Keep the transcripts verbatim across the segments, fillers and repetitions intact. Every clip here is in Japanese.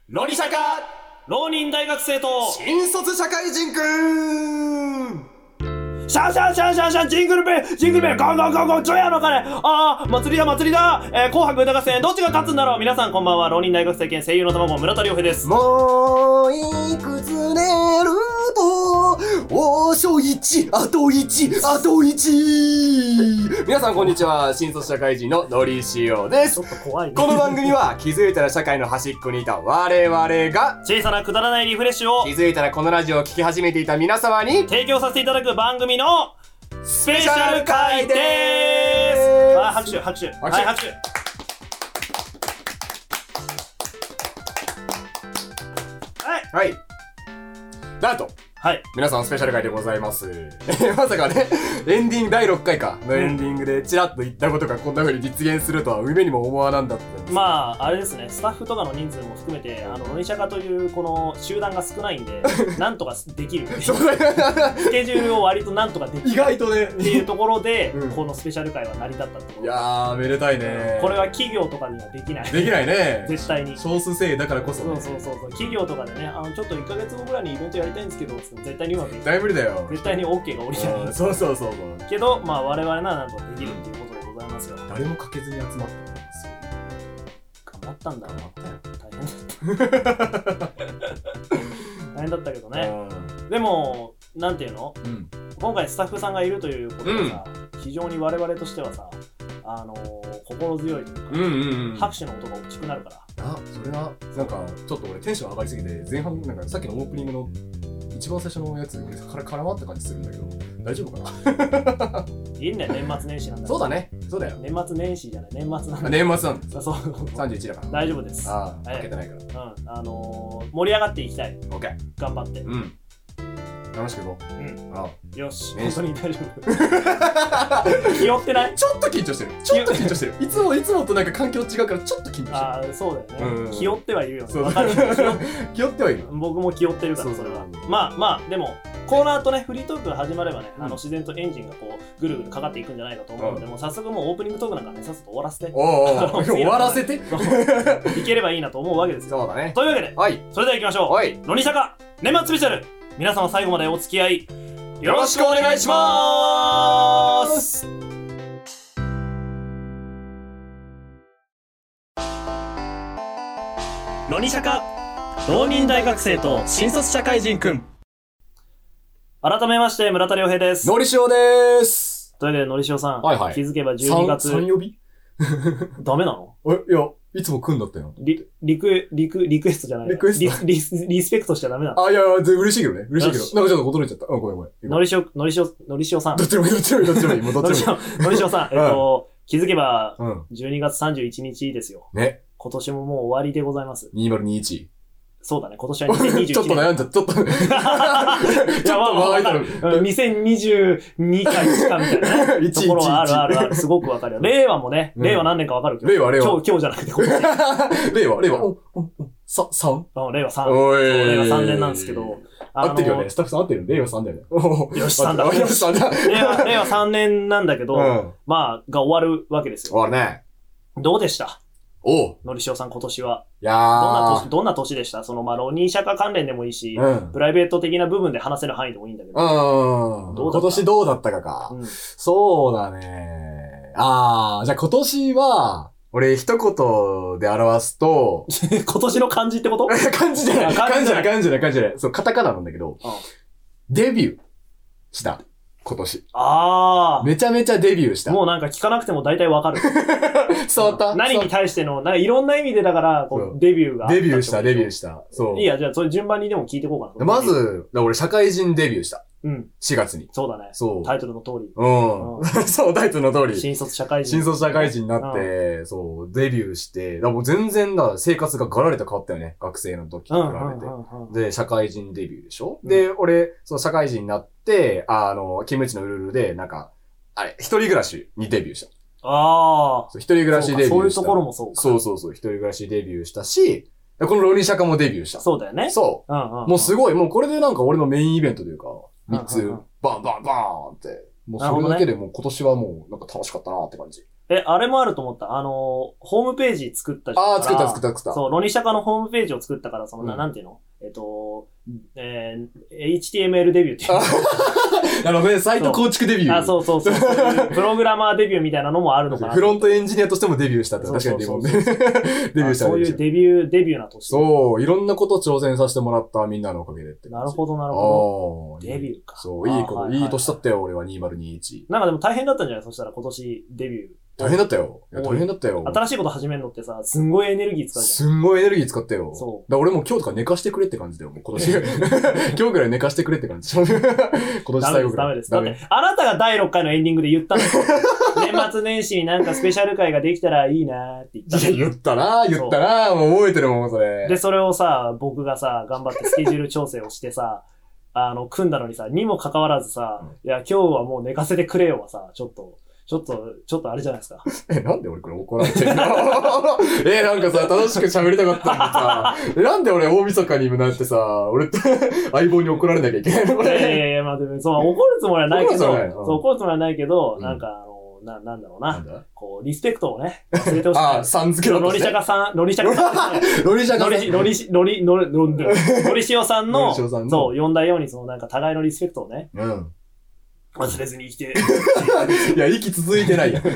ロリシャカ浪人大学生と新卒社会人くん。 シャンシャンシャンシャンシャンジングルベルジングルベルゴンゴンゴンゴンジョヤの鐘。ああ祭りだ祭りだ、えー、紅白歌合戦どっちが勝つんだろう。皆さんこんばんは。浪人大学生兼声優の卵村田亮平です。 もういくつ寝るとおしょいちあといちあといち。皆さんこんにちは。新卒社会人ののりしおです。 ちょっと怖いね。 この番組は気づいたら社会の端っこにいた我々が小さなくだらないリフレッシュを気づいたらこのラジオを聞き始めていた皆様に提供させていただく番組のスペシャル回でーす。あ、拍手拍手手はい拍手。はいはいなんとはい皆さんスペシャル回でございます。まさかね、エンディングだいろっかいかのエンディングでチラッと言ったことがこんな風に実現するとは夢にも思わなんだったんです。 まああれですね、スタッフとかの人数も含めてあのロニシャカというこの集団が少ないんでなんとかできるそうだスケジュールを割となんとかできる意外とねっていうところで、 うんこのスペシャル回は成り立ったってこと。 いやーめでたいね。 これは企業とかにはできないできないね。 絶対に。 少数精鋭だからこそ、 そうね、 そうそうそう。企業とかでね、あのちょっといっかげつごぐらいにイベントやりたいんですけど絶対にうまくいかない。 絶対無理だよ。 絶対に OK が降りちゃうんうそうそうそうそう。 けど、まあ我々ならなんとかできるっていうことでございますよ。 誰もかけずに集まったんですよ。 頑張ったんだろう。大変だった大変だったけどね。でもなんていうの、 うん、 今回スタッフさんがいるということでさ、うん、非常に我々としてはさ、あのー、心強いというか、 うんうんうん、 拍手の音が大きくなるから。 あ、それはなんかちょっと俺テンション上がりすぎて前半なんかさっきのオープニングの一番最初のやつから絡まった感じするんだけど大丈夫かな。 いいんだよ、年末年始なんだ。 そうだね、そうだよ。 年末年始じゃない、年末なんだ。 年末なんだ。 そうさんじゅういちだから大丈夫です。 ああ、負けてないから。 うん、あのー、盛り上がっていきたい。 オッケー。 頑張って。 うん。楽しくいこう。 うん。 ああよし、本当に大丈夫。気負ってない？ ちょっと緊張してる。ちょっと緊張してる。いつもいつもとなんか環境違うからちょっと緊張してる。 ああ、そうだよね。 うん、 気負ってはいるよね。 そうわかる。 気負ってはいる。 僕も気負ってるからそれは。まあまあでもコーナーとねフリートークが始まればね、うん、あの自然とエンジンがこうぐるぐるかかっていくんじゃないかと思うので、うん、もう早速もうオープニングトークなんかねさっさと終わらせて。 おおお終わらせて。 いければいいなと思うわけですよ。 そうだね。 というわけで、はい、それでは行きましょう。はい。ロニシャカ年末スペシャル。皆様最後までお付き合いよろしくお願いしまーす。ロニシャカ浪人大学生と新卒社会人くん。改めまして村田亮平です。 のりしおです。 というわけでのりしおさん、 はいはい、 気づけばじゅうにがつ。 さん呼びダメなの？ え、いや、いつもくんだったよ。 リ、リク、リク、リクエストじゃない。 リクエストリ、リ、リスペクトしちゃダメなの？ あ、いやいや、嬉しいけどね。嬉しいけど。なんかちょっと驚いちゃった。うん、ごめんごめん。 のりしお、のりしお、のりしおさん。 どっちもいい、どっちもいい、どっちもいい。もうどっちもいい。 のりしおさん、えっと、気づけば、 うん、 じゅうにがつさんじゅういちにちですよ。 ね。 今年ももう終わりでございます。 にせんにじゅういち。 そうだね、今年はにせんにじゅういちねん。 ちょっと悩んじゃった、ちょっと。ちょっとわかる。にせんにじゅうにかいちかみたいな、ね、ところはあるあるある。すごくわかるよ。令和もね、令和何年かわかるけど。 令和、令和。 今日、今日じゃなくて今年。 令和、令和。お、お、お、さ、さん？ うん、令和さん。 おい。 令和さんねんなんですけど。 合ってるよね。スタッフさん合ってるよね。令和さんだよね。 よしさんだ。 よしさんだ。 令和、令和さんねんなんだけど、 うん、 まあ、が終わるわけですよ。 終わるね。 どうでした？ おう。 のりしおさん今年は。 いやー。 どんな年、どんな年でした？その、まあ、浪人社会関連でもいいし、うん、プライベート的な部分で話せる範囲でもいいんだけど。 うん。どう今年どうだったかか。うん、そうだね。あー、じゃあ今年は、俺一言で表すと、 今年の漢字ってこと？ 漢字じゃない。漢字じゃない、漢字じゃない、漢字じゃない。そう、カタカナなんだけど、 うん、 デビューした。今年。 ああ。 めちゃめちゃデビューした。 もうなんか聞かなくても大体わかる。 伝わった？ 何に対しての、なんかいろんな意味でだから、こう、デビューが。 デビューした、デビューした。そう。 いいや、じゃあ、それ順番にでも聞いていこうかな。 まず、俺、社会人デビューした。 うん。 しがつに。 そうだね。 そう。 タイトルの通り。 うん。うん、そう、タイトルの通り。 新卒社会人。 新卒社会人になって、うん、そう、デビューして、だからもう全然だ、生活がガラリと変わったよね。学生の時と比べて。うんうんうんうん、で、社会人デビューでしょ、うん、で、俺、そう、社会人になって、あの、キムチのルールで、なんか、あれ、一人暮らしにデビューした。 ああ。 そう、一人暮らしデビューした。 そういうところもそうか。 そうそうそう、一人暮らしデビューしたし、このロニシャカもデビューした。 そうだよね。 そう。 うんうんうん、 もうすごい、もうこれでなんか俺のメインイベントというか、三つ、バンバンバーンって、もうそれだけでもう今年はもうなんか楽しかったなって感じ。 え、あれもあると思った。あの、ホームページ作ったじゃん。 ああ、作った作った作った。 そう、ロニシャカのホームページを作ったから、その、な、 うん、 なんていうのえっと、えー、エイチティーエムエル デビューっていう。 なるほどね、サイト構築デビュー。 あ、そうそうそう。そういうプログラマーデビューみたいなのもあるのかな。 フロントエンジニアとしてもデビューしたって確かにデビューね。デビューした。 そういうデビュー、デビューな年。 そう、いろんなこと挑戦させてもらったみんなのおかげでって。 なるほど、なるほど。デビューか。 そう、いいこと、いい年だったよ、俺はにせんにじゅういち。 なんかでも大変だったんじゃないそしたら今年デビュー。 大変だったよ。いや、大変だったよ。 新しいこと始めるのってさ、すんごいエネルギー使うじゃん。 すんごいエネルギー使ったよ。 そう。 だから俺も今日とか寝かしてくれって感じだよ、もう今年。今日ぐらい寝かしてくれって感じ。今年最後ぐらい。 ダメです、ダメです。だって、あなたがだいろっかいのエンディングで言ったの。年末年始になんかスペシャル回ができたらいいなーって言ったの。 いや、言ったなー、言ったなー、もう覚えてるもん、それ。 で、それをさ、僕がさ、頑張ってスケジュール調整をしてさ、あの、組んだのにさ、にもかかわらずさ、うん、いや、今日はもう寝かせてくれよはさ、ちょっと、ちょっと、ちょっとあれじゃないですか。 え、なんで俺これ怒られてんのえ、なんかさ、楽しく喋りたかったのにさ、え、なんで俺大晦日になってさ、俺って相棒に怒られなきゃいけないのこれ。 いやいやいや、まあでも、そう、怒るつもりはないけど、そう、怒るつもりはないけど、うん、なんかあの、な、なんだろうな。なんだこう、リスペクトをね、忘れてほしい。 ああ、さん付けだった、ね。 ロリシャカさん、ロリシャカさん、ね。 ロリシャカさん。 ロリ、ロリ、ロリ、ロリ、ロリ、ロリシオさんの、そう、呼んだように、そのなんか互いのリスペクトをね。うん。忘れずに生きて。 いや、息続いてないやん。か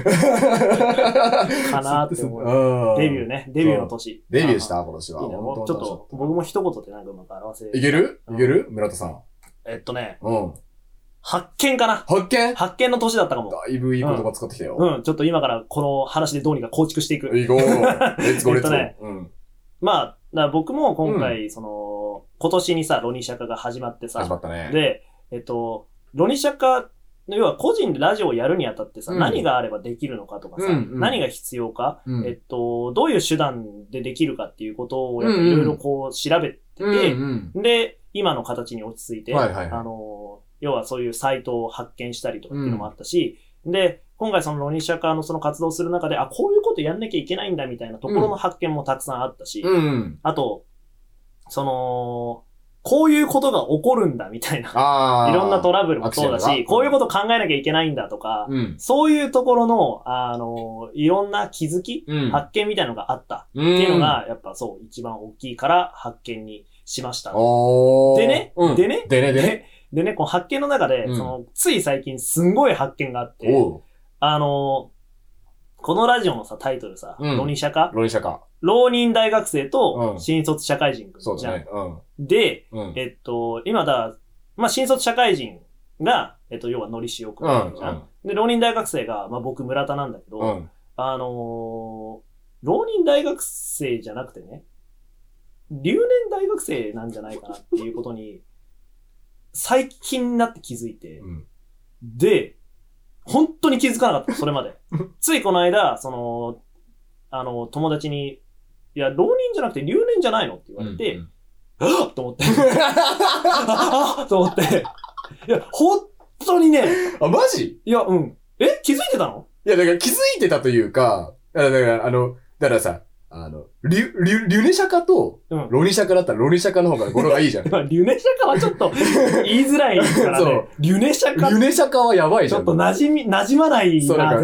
なーって思う。デビューね。デビューの年。 デビューした今年は。 いいね。もうちょっと、僕も一言でなんかうまく表せ。 いけるいける村田さん。 えっとね。 うん。 発見かな。 発見発見の年だったかも。 だいぶいい言葉使ってきたよ。 うん。ちょっと今からこの話でどうにか構築していく。 いこう。レッツゴーレッツゴー。 えっとね。まあ、僕も今回、その、今年にさ、ロニシャカが始まってさ。 始まったね。 で、えっと、ロニシャカ、要は個人でラジオをやるにあたってさ、うん、何があればできるのかとかさ、うんうん、何が必要か、うん、えっと、どういう手段でできるかっていうことをやっぱいろいろこう調べてて、うんうん、で、今の形に落ち着いて、はいはいはい、あの、要はそういうサイトを発見したりとかっていうのもあったし、うん、で、今回そのロニシャカのその活動する中で、あ、こういうことやんなきゃいけないんだみたいなところの発見もたくさんあったし、うん、あと、その、こういうことが起こるんだみたいな。いろんなトラブルもそうだし、こういうこと考えなきゃいけないんだとか、うん、そういうところの、あの、いろんな気づき、うん、発見みたいなのがあったっていうのが、やっぱそう、一番大きいから発見にしました。でね、うん、でね、 でね、でね、 でね、この発見の中で、その、つい最近すんごい発見があって、あの、このラジオのさ、タイトルさ、うん、ロニシャカロニシャカ。 浪人大学生と新卒社会人くんじゃん。 そうですね。うん、 で、うん、えっと、今だ、まあ、新卒社会人が、えっと、要はのりしおくんじゃん、うんうん。で、浪人大学生が、まあ、僕村田なんだけど、うん、あのー、浪人大学生じゃなくてね、留年大学生なんじゃないかなっていうことに、最近になって気づいて、うん、で、本当に気づかなかった、それまで。ついこの間、その、あの、友達に、いや、浪人じゃなくて留年じゃないのって言われて、うんうん、はぁと思って。はぁと思って。いや、本当にね。 あ、マジ？ いや、うん。え？気づいてたの？ いや、だから気づいてたというか、だから、あの、だからさ、あの、リュ、リュ、リュネシャカと、ロニシャカだったらロニシャカの方が語呂がいいじゃん。 まあ、リュネシャカはちょっと、言いづらいからね。そう。リュネシャカ。 リュネシャカはやばいじゃん。 ちょっと馴染み、馴染まないな。 そう、だから、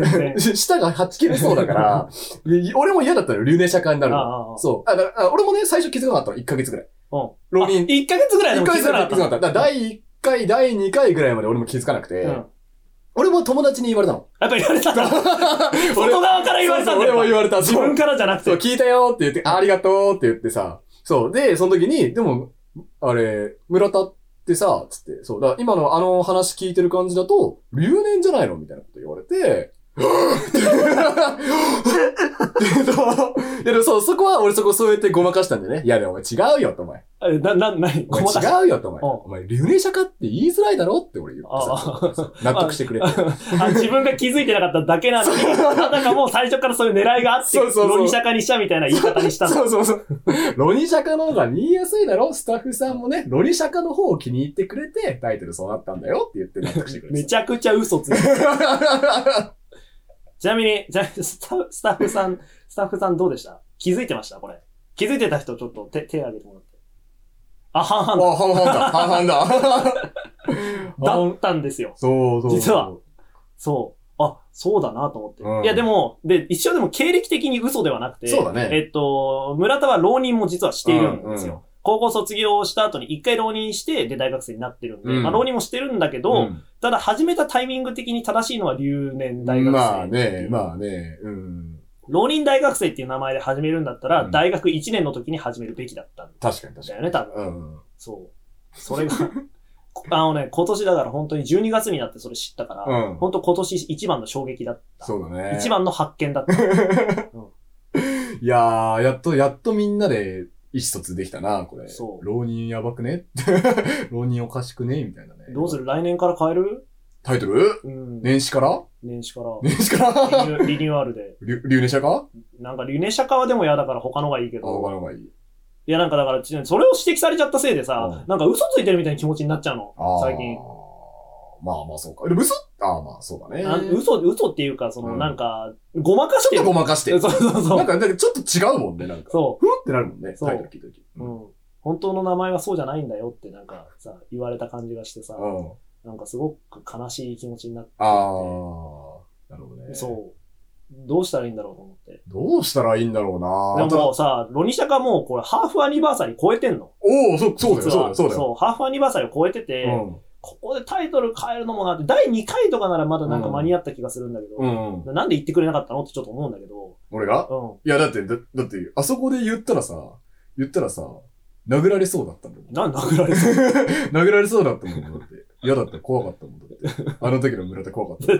舌がはち切れそうだから、俺も嫌だったらリュネシャカになるの。そう。あ、だから、俺もね、最初気づかなかったの。いっかげつぐらい。うん。浪人。 いっかげつぐらいでも気づかなかった。 いっかげつぐらい気づかなかった。だから、だいいっかい、だいにかいぐらいまで俺も気づかなくて、うん。俺も友達に言われたの。 やっぱ言われたの外側から言われたんだよ。 俺も言われた。 自分からじゃなくて。 そう、聞いたよって言って、ありがとうって言ってさ。そう。で、その時に、でも、あれ、村田ってさ、つって、そう、だ今のあの話聞いてる感じだと、留年じゃないのみたいなこと言われて、いやでもそう、そこは俺そこそうやってごまかしたんでね。いやでもお前違うよってお前。 え、な、な、なにお前違うよってお前。お前、留年者かって言いづらいだろって俺言ってさ。納得してくれ。 あ自分が気づいてなかっただけなのに、なんかもう最初からそういう狙いがあって、そうそうそうロニシャカにしたみたいな言い方にしたの。 そうそうそう。ロニシャカの方が言いやすいだろスタッフさんもね、ロニシャカの方を気に入ってくれて、タイトルそうなったんだよって言って納得してくれ。 めちゃくちゃ嘘ついてる。ちなみに、じゃスタ、スタッフさん、スタッフさんどうでした？気づいてましたこれ。気づいてた人ちょっと手、手挙げてもらって。あ、半々だ。 あ、半々だ。半々だ。 だったんですよ。 そうそう。 実は。そう。 あ、そうだなと思って。 うん、 いや、でも、で、一応でも経歴的に嘘ではなくて、 そうだね。 えっと、村田は浪人も実はしているんですよ。うんうん、高校卒業した後に一回浪人して、で、大学生になってるんで、うん、まあ、浪人もしてるんだけど、うん、ただ始めたタイミング的に正しいのは留年大学生。 まあね、まあね、うん。 浪人大学生っていう名前で始めるんだったら、うん、大学いちねんの時に始めるべきだったんだよね。 確かに確かに。 多分。 うん、 そう。それが、あのね、今年だから本当にじゅうにがつになってそれ知ったから、うん、本当今年一番の衝撃だった。 そうだね。 一番の発見だった。 うん、いやー、やっと、やっとみんなで意思疎通できたな、これ。そう。浪人やばくね浪人おかしくねみたいなね。 どうする来年から変えるタイトル、うん、年始から年始から。 年始からリニュリニューアルで。 リュネシャかなんかリュネシャカはでも嫌だから他のがいいけど。 他のがいい。 いやなんかだから、それを指摘されちゃったせいでさ、うん、なんか嘘ついてるみたいな気持ちになっちゃうの。最近。 まあまあそうか。でも嘘ああまあそうだね。 あ嘘、嘘っていうか、その、うん、なんか、ごまかしてる。 ちょっとごまかしてる。 そうそうそう。 なんか、なんかちょっと違うもんね、なんか。そう。ふんってなるもんね、タイトル聞いたとき。 うん。本当の名前はそうじゃないんだよってなんかさ、言われた感じがしてさ、うん、なんかすごく悲しい気持ちになってて。 ああ、なるほどね。 そう。どうしたらいいんだろうと思って。 どうしたらいいんだろうな。 でもさ、ロニシャカもうこれハーフアニバーサリー超えてんの。 おお、そ、そうだよ、そうだよ、そうだよ。 そう、ハーフアニバーサリーを超えてて、うん、ここでタイトル変えるのもなって、だいにかいとかならまだなんか間に合った気がするんだけど、うんうん、なんで言ってくれなかったのってちょっと思うんだけど。 俺がうん。いや、だって、だ、だって、あそこで言ったらさ、言ったらさ、殴られそうだったんだもん。 なん殴られそう殴られそうだったもん、だって。嫌だった、怖かったもん、だって。あの時の村田怖かった。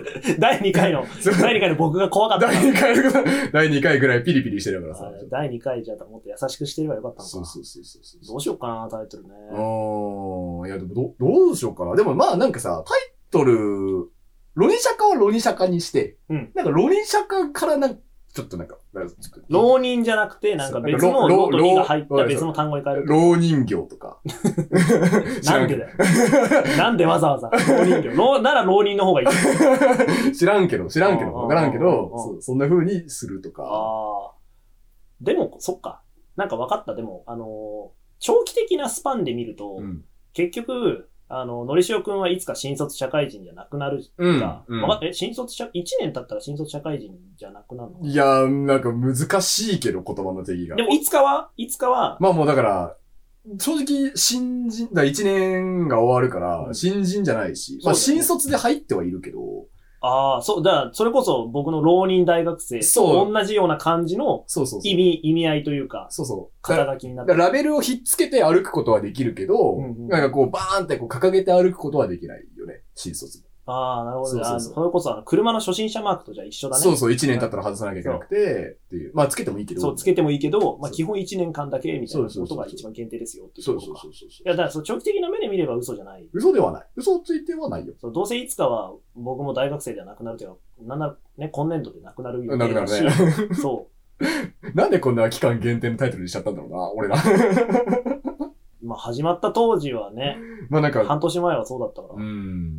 だいにかいの、だいにかいの僕が怖かった。 だいにかい、だいにかいぐらいピリピリしてるからさ。 だいにかいじゃもっと優しくしてればよかったのか。 そうそうそうそうそう。 どうしようかな、タイトルね。 うん。いや、でもど、どうしようかな。でもまあなんかさ、タイトル、ロニシャカはロニシャカにして、うん。なんかロニシャカからなんか、ちょっとなんか、 浪人じゃなくて、なんか別のロとリが入った別の単語に変える。 浪人業とか。 なんでだよ。なんでわざわざ浪人業。なら浪人の方がいい。知らんけど、知らんけど、わからんけど、そ, そんな風にするとか。 あでも、そっか。なんか分かった。でも、あのー、長期的なスパンで見ると、うん、結局、あの、のりしおくんはいつか新卒社会人じゃなくなるか、うんうん、え、新卒社、いちねん経ったら新卒社会人じゃなくなるの？ いやー、なんか難しいけど、言葉の定義が。 でも、いつかはいつかはまあもうだから、正直、新人、だいちねんが終わるから、うん、新人じゃないし、まあ新卒で入ってはいるけど、 ああ、そう、だから、それこそ僕の浪人大学生と同じような感じのそうそう意味、意味合いというか、 そうそう。 肩書きになって。 ラベルをひっつけて歩くことはできるけど、うんうん、なんかこうバーンってこう掲げて歩くことはできないよね、新卒。 ああ、なるほどね。そうそうそう。それこそあの、車の初心者マークとじゃ一緒だね。 そうそう、いちねん経ったら外さなきゃいけなくて、っていう。まあ、つけてもいいけど。 そう、つけてもいいけど、まあ、基本いちねんかんだけみたいなことが一番限定ですよっていうことか。そうそうそうそう。いや、だからそう、長期的な目で見れば嘘じゃない。 嘘ではない。嘘をついてはないよ。 そう、どうせいつかは僕も大学生ではなくなるというか、なんならね、今年度でなくなるよ。 なくなるね。そう。なんでこんな期間限定のタイトルにしちゃったんだろうな、俺ら。 まあ始まった当時はね、まあなんか、半年前はそうだったから。 うん、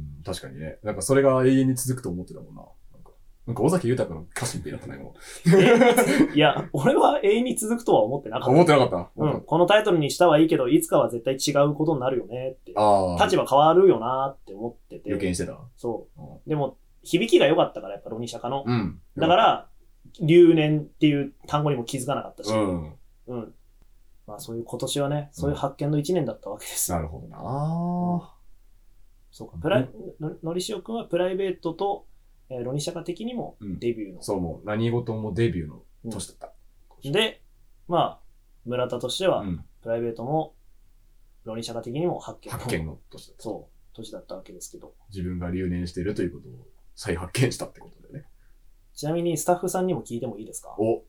確かにね。なんかそれが永遠に続くと思ってたもんな。なんか、なんか尾崎豊の歌詞みたいになったね、もう。いや、俺は永遠に続くとは思ってなかった。 思ってなかった。 うん。このタイトルにしたはいいけど、いつかは絶対違うことになるよねって。ああ。立場変わるよなって思ってて。 予見してた。 そう。うん、でも、響きが良かったから、やっぱロニシャカの。うん。だから、留年っていう単語にも気づかなかったし。うん。うん。まあそういう今年はね、そういう発見の一年だったわけですよ。なるほどなぁ、うん。 そうか、プライ、の、のりしおくんはプライベートと、えー、ロニシャカ的にもデビューの。 うん、そう、もう何事もデビューの年だった。 うん、で、まあ、村田としては、プライベートも、ロニシャカ的にも発見の。 発見の年だった。 そう、年だったわけですけど。 自分が留年しているということを再発見したってことだよね。 ちなみにスタッフさんにも聞いてもいいですか？ お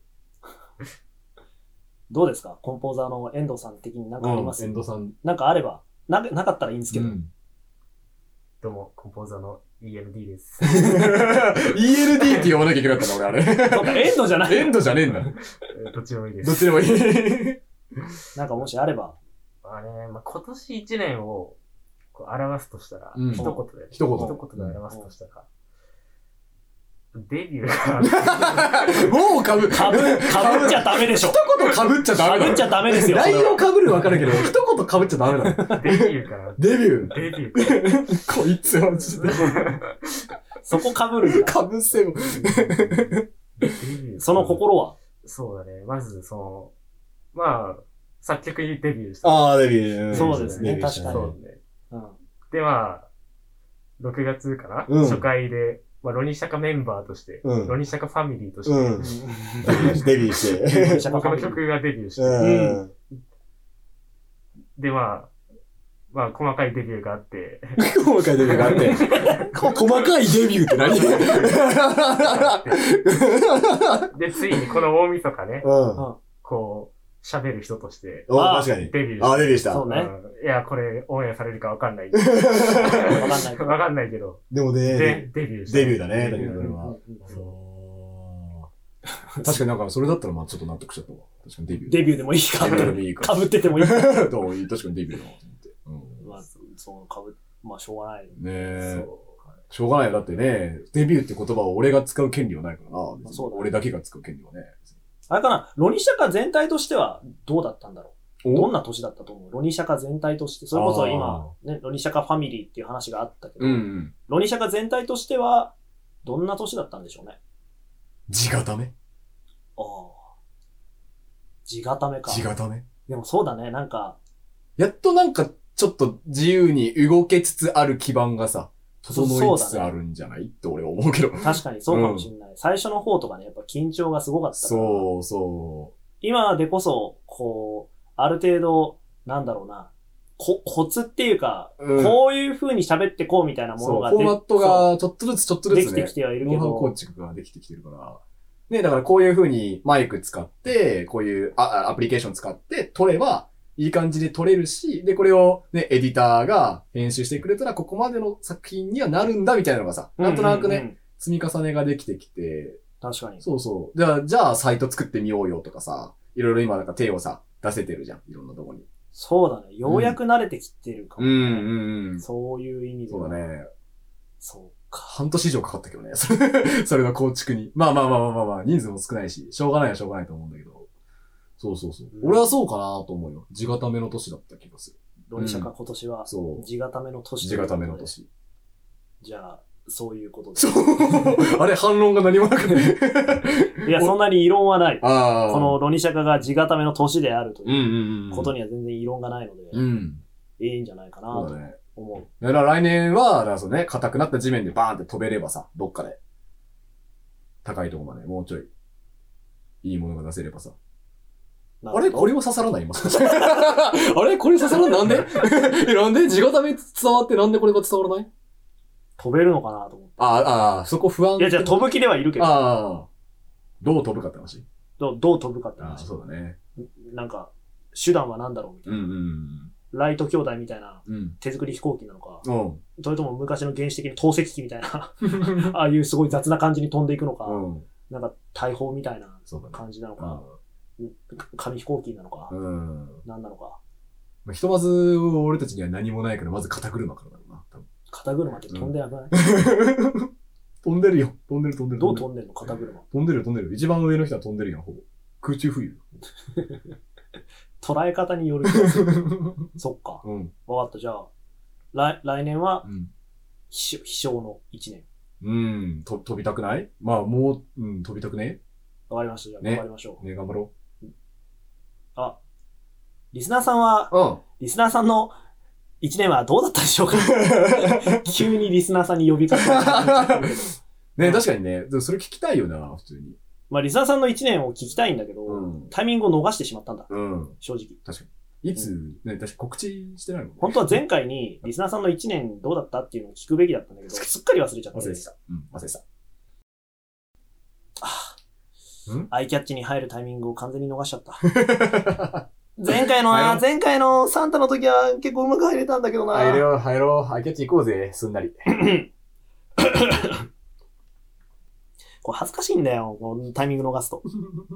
どうですか？コンポーザーの遠藤さん的に何かあります？ うん、遠藤さん。 なんかあれば、な、なかったらいいんですけど。うん、 どうも、コンポーザーの イーエルディー です。 イーエルディー って呼ばなきゃいけなかったな、俺あれ。 そうか、遠藤じゃない。 遠藤じゃねえんだ。 どっちでもいいです。 どっちでもいい。 なんかもしあれば。 あれ、まあ、今年一年をこう表すとしたら、うん、一言で、 一言。 一言で表すとしたら、デビューが。 もうかぶ、 かぶ、かぶっちゃダメでしょ。 一言かぶっちゃダメだ。 かぶっちゃダメですよ。 内容かぶるわかるけど、一言かぶっちゃダメだ。 デビューから。 デビュー。 デビューから。 こいつはマジで。 そこ被るんだ。 かぶせも。 その心はそうだね。まず、その、まあ、作曲にデビューした。 ああ、デビュー。 そうですね、確かに。 そうね。 うん、 で、まあ、ろくがつかな、 うん、 初回で、まあ、ロニシャカメンバーとして、うん、ロニシャカファミリーとして、 うん、デビューして、 僕の曲がデビューして、 うん、 で、まあ、まあ、細かいデビューがあって。 細かいデビューがあって。細かいデビューって何で、ついにこの大晦日ね、 うん、 こう、喋る人として、 確かに。 デビューした。 あ、デビューした。 そうね。 うん、いや、これ、オンエアされるかわかんない。 わかんないけど。 わかんないけど。 でもね、 で、デビューした。 デビューだね、だけど、それは。確かになんか、それだったら、まあちょっと納得しちゃったわ。確かにデビュー。 デビューでもいいか。 デビューでもいいか。 被っててもいいか。 確かにデビューだな、と思って。 うん。まあ、そう、被っ、まあ、しょうがない。 ねえ。しょうがないよ。だってね、デビューって言葉を俺が使う権利はないからな。まあ、そうだね。俺だけが使う権利はね。 あれかな、ロニシャカ全体としてはどうだったんだろう。どんな年だったと思う？ロニシャカ全体として。それこそ今、ね、ロニシャカファミリーっていう話があったけど、 うんうん、 ロニシャカ全体としては、どんな年だったんでしょうね。 地固め？ ああ。地固めか。 地固め？ でもそうだね、なんか。 やっとなんか、ちょっと自由に動けつつある基盤がさ、整いつつあるんじゃない、ね、って俺思うけど。 確かにそうかもしれない、うん。最初の方とかね、やっぱ緊張がすごかったから。 そうそう。 今でこそ、こう、ある程度、なんだろうな、こコツっていうか、うん、こういう風に喋ってこうみたいなものがで、フォーマットがちょっとずつちょっとずつね、 できてきてはいるけど。 ノウハウ構築ができてきてるから。ね、だからこういう風にマイク使って、こういうアアプリケーション使って撮れば、いい感じで撮れるし、で、これをね、エディターが編集してくれたら、ここまでの作品にはなるんだみたいなのがさ、なんとなくね、うんうんうん、積み重ねができてきて。 確かに。 そうそう。じゃあ、じゃあ、サイト作ってみようよとかさ、いろいろ今なんか手をさ、出せてるじゃん。いろんなとこに。 そうだね。ようやく慣れてきてるかもね。 うんうんうん。 そういう意味では。 そうだね。 そうか。 半年以上かかったけどね。それの構築に。まあまあまあまあまあまあ、人数も少ないし、しょうがないはしょうがないと思うんだけど。そうそうそう。うん、俺はそうかなと思うよ。地固めの年だった気がする。 ロニシャカ今年は、そう。地固めの年。 地固めの年。 じゃあ、そういうことで。 そう。あれ、反論が何もなくね。 いや、そんなに異論はない。 あこのロニシャカが地固めの年であるということには全然異論がないので、 うん、 いいんじゃないかなと思う。ね、 だから来年は、だからそうね、硬くなった地面でバーンって飛べればさ、どっかで。高いとこまで、もうちょい、いいものが出せればさ。あれこれは刺さらない今。あれこれ刺さらないなんでえ、なんで地固め伝わってなんでこれが伝わらない飛べるのかなと思って。 ああ、ああ、そこ不安。 いや、じゃあ飛ぶ気ではいるけど。 ああ。どう飛ぶかって話どう、どう飛ぶかって話。 ああ、そうだね。 なんか、手段は何だろうみたいな。 うんうん、 ライト兄弟みたいな手作り飛行機なのか。うん、それとも昔の原始的に透析機みたいな、ああいうすごい雑な感じに飛んでいくのか。うん、なんか大砲みたいな感じなのか。紙飛行機なのか。うん、何なのか。 ひとまず、俺たちには何もないから、まず肩車からだろうな。多分肩車って飛んでなくない、 うん、飛んでるよ。飛んでる飛んでる。 どう飛んでるの肩車。 飛んでる飛んでる。一番上の人は飛んでるやん、ほぼ。空中浮遊。 捉え方による気がする。そっか。 うん。 わかった。じゃあ、来、来年は、うん、飛翔の一年。 うん。と、飛びたくないまあ、もう、うん、飛びたくねわかりました。じゃあ、ね、頑張りましょう。 ね、頑張ろう。 あ、リスナーさんは、うん。リスナーさんの一年はどうだったでしょうか急にリスナーさんに呼びかけた。 ね、確かにね。それ聞きたいよな、普通に。 まあ、リスナーさんの一年を聞きたいんだけど、うん、タイミングを逃してしまったんだ。 うん。 正直。 確かに。いつ、うん、ね、確か告知してないもんね。 本当は前回にリスナーさんの一年どうだったっていうのを聞くべきだったんだけど、すっかり忘れちゃった。 忘れてた。うん、忘れてた。 ああ。アイキャッチに入るタイミングを完全に逃しちゃった。前回のな、前回のサンタの時は結構うまく入れたんだけどな。 入れよう、入ろう。アイキャッチ行こうぜ、すんなり。 これ恥ずかしいんだよ、このタイミング逃すと。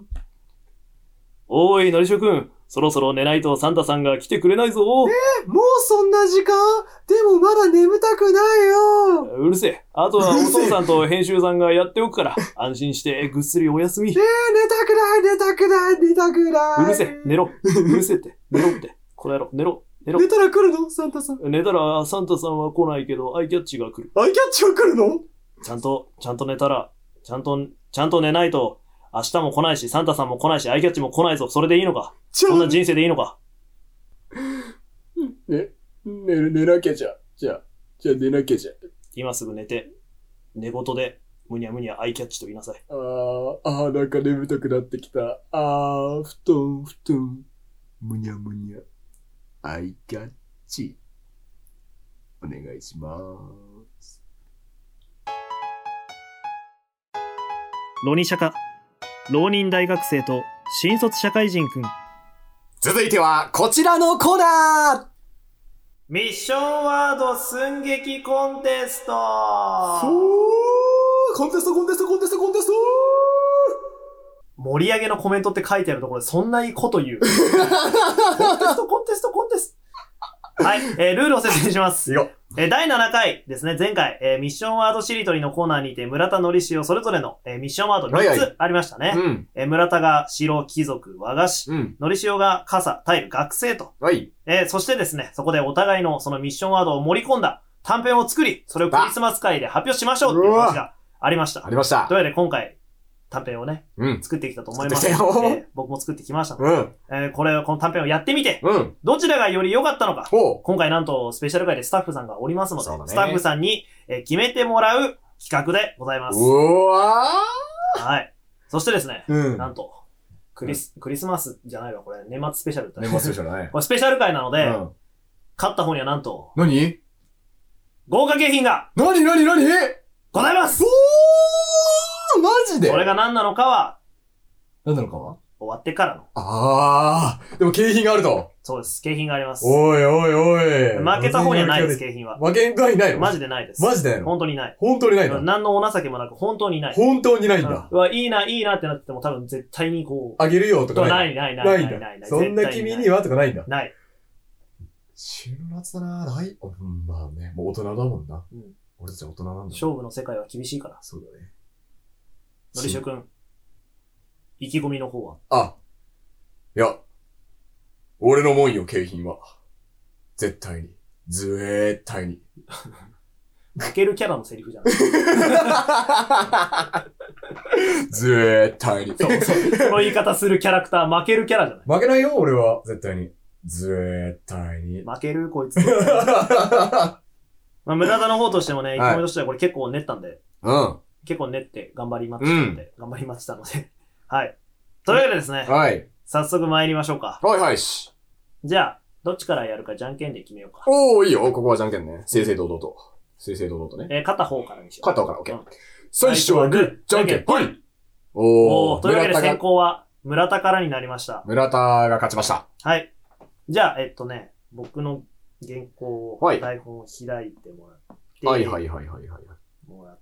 おーい、のりしょくん。そろそろ寝ないとサンタさんが来てくれないぞ。 えー、もうそんな時間？でもまだ眠たくないよ。 うるせえ。あとはお父さんと編集さんがやっておくから、安心してぐっすりお休み。えー、 寝たくない、寝たくない、寝たくない。 うるせえ、寝ろ。うるせえって。寝ろって。この野郎、寝ろ。寝ろ。 寝たら来るのサンタさん。 寝たらサンタさんは来ないけど、アイキャッチが来る。 アイキャッチが来るのちゃんと、ちゃんと寝たら、ちゃんと、ちゃんと寝ないと、明日も来ないし、サンタさんも来ないし、アイキャッチも来ないぞ。それでいいのか？そんな人生でいいのか？ ね、寝る、寝なきゃじゃ。じゃあ、じゃあ寝なきゃじゃ。 今すぐ寝て、寝言で、むにゃむにゃアイキャッチと言いなさい。 あー、あー、なんか眠たくなってきた。あー、布団、布団。むにゃむにゃ。アイキャッチ。お願いします。 ロニシャカ、浪人大学生と新卒社会人くん。 続いては、こちらのコーナーミッションワード寸劇コンテスト。 ふーコンテストコンテストコンテストコンテスト盛り上げのコメントって書いてあるところでそんないいこと言う。コンテストコンテストコンテスト。はい、えー、ルールを説明します。 いいよ。 えー、だいななかいですね、前回、えー、ミッションワードしりとりのコーナーにて、村田のりしおそれぞれの、えー、ミッションワードみっつありましたね。 はいはい、うん。 えー、村田が城、貴族、和菓子、 うん。 のりしおが傘、タイル、学生と。 はい。 えー、そしてですね、そこでお互いのそのミッションワードを盛り込んだ短編を作り、それをクリスマス会で発表しましょうっていう話がありました。 ありました。 というわけで今回、短編をね、 うん。 作ってきたと思います。 作ってきたよ、 えー、僕も作ってきましたので、 うん。 えー、これを、この短編をやってみて、 うん。 どちらがより良かったのか、 ほう。 今回なんとスペシャル回でスタッフさんがおりますので、 そうだねスタッフさんに、えー決めてもらう企画でございます。 うわはい。そしてですね、 ーうん。 なんと、クリス、クリスマスじゃないわ、これ、年末スペシャルだったね年末スペシャルだね。 これスペシャル回なので、 うん。 勝った方にはなんと、 何豪華景品が何何何ございます。 おーマジでこれが何なのかは、 何なのかは終わってからの。 あー。でも景品があると。 そうです。景品があります。 おいおいおい。 負けた方にはないです、景品は。 負けないないのマジでないです。 マジでないの本当にない。 本当にないの何のお情けもなく、本当にない。 本当にないんだ。 うわ、いいな、いいなってなってても多分絶対にこう。 あげるよとかない。 ない、ない、ない、ない、 ないんだ。 ない。 そんな君にはとかないんだ。 ない。 週末だなないうん、まあね。もう大人だもんな。 うん。 俺たちは大人なんだ。 勝負の世界は厳しいから。 そうだね。 のりしおくん、意気込みの方はあ。いや。俺のもんよ、景品は。絶対に。絶対に。 負けるキャラのセリフじゃん。 絶対に。 そうそう。その言い方するキャラクター、負けるキャラじゃない。 負けないよ、俺は。絶対に。絶対に。 負けるこいつ。まあ、無駄田の方としてもね、意気込みとしてはこれ結構練ったんで、 うん。 結構練って頑張りましたので、頑張りましたので。はい。というわけでですね、 はい。 早速参りましょうか。 はいはいし。 じゃあ、どっちからやるかじゃんけんで決めようか。 おー、いいよ。ここはじゃんけんね。正々堂々と。正々堂々とね。 えー、片方からにしよう。 片方から、オッケーうん。 最初はグー、じゃんけん、はい。おー、 おー、というわけで村田が、 先行は村田からになりました。 村田が勝ちました。 はい。じゃあ、えっとね、僕の原稿、 はい台本を開いてもらって、 はいはいはいはいはい。 もらって、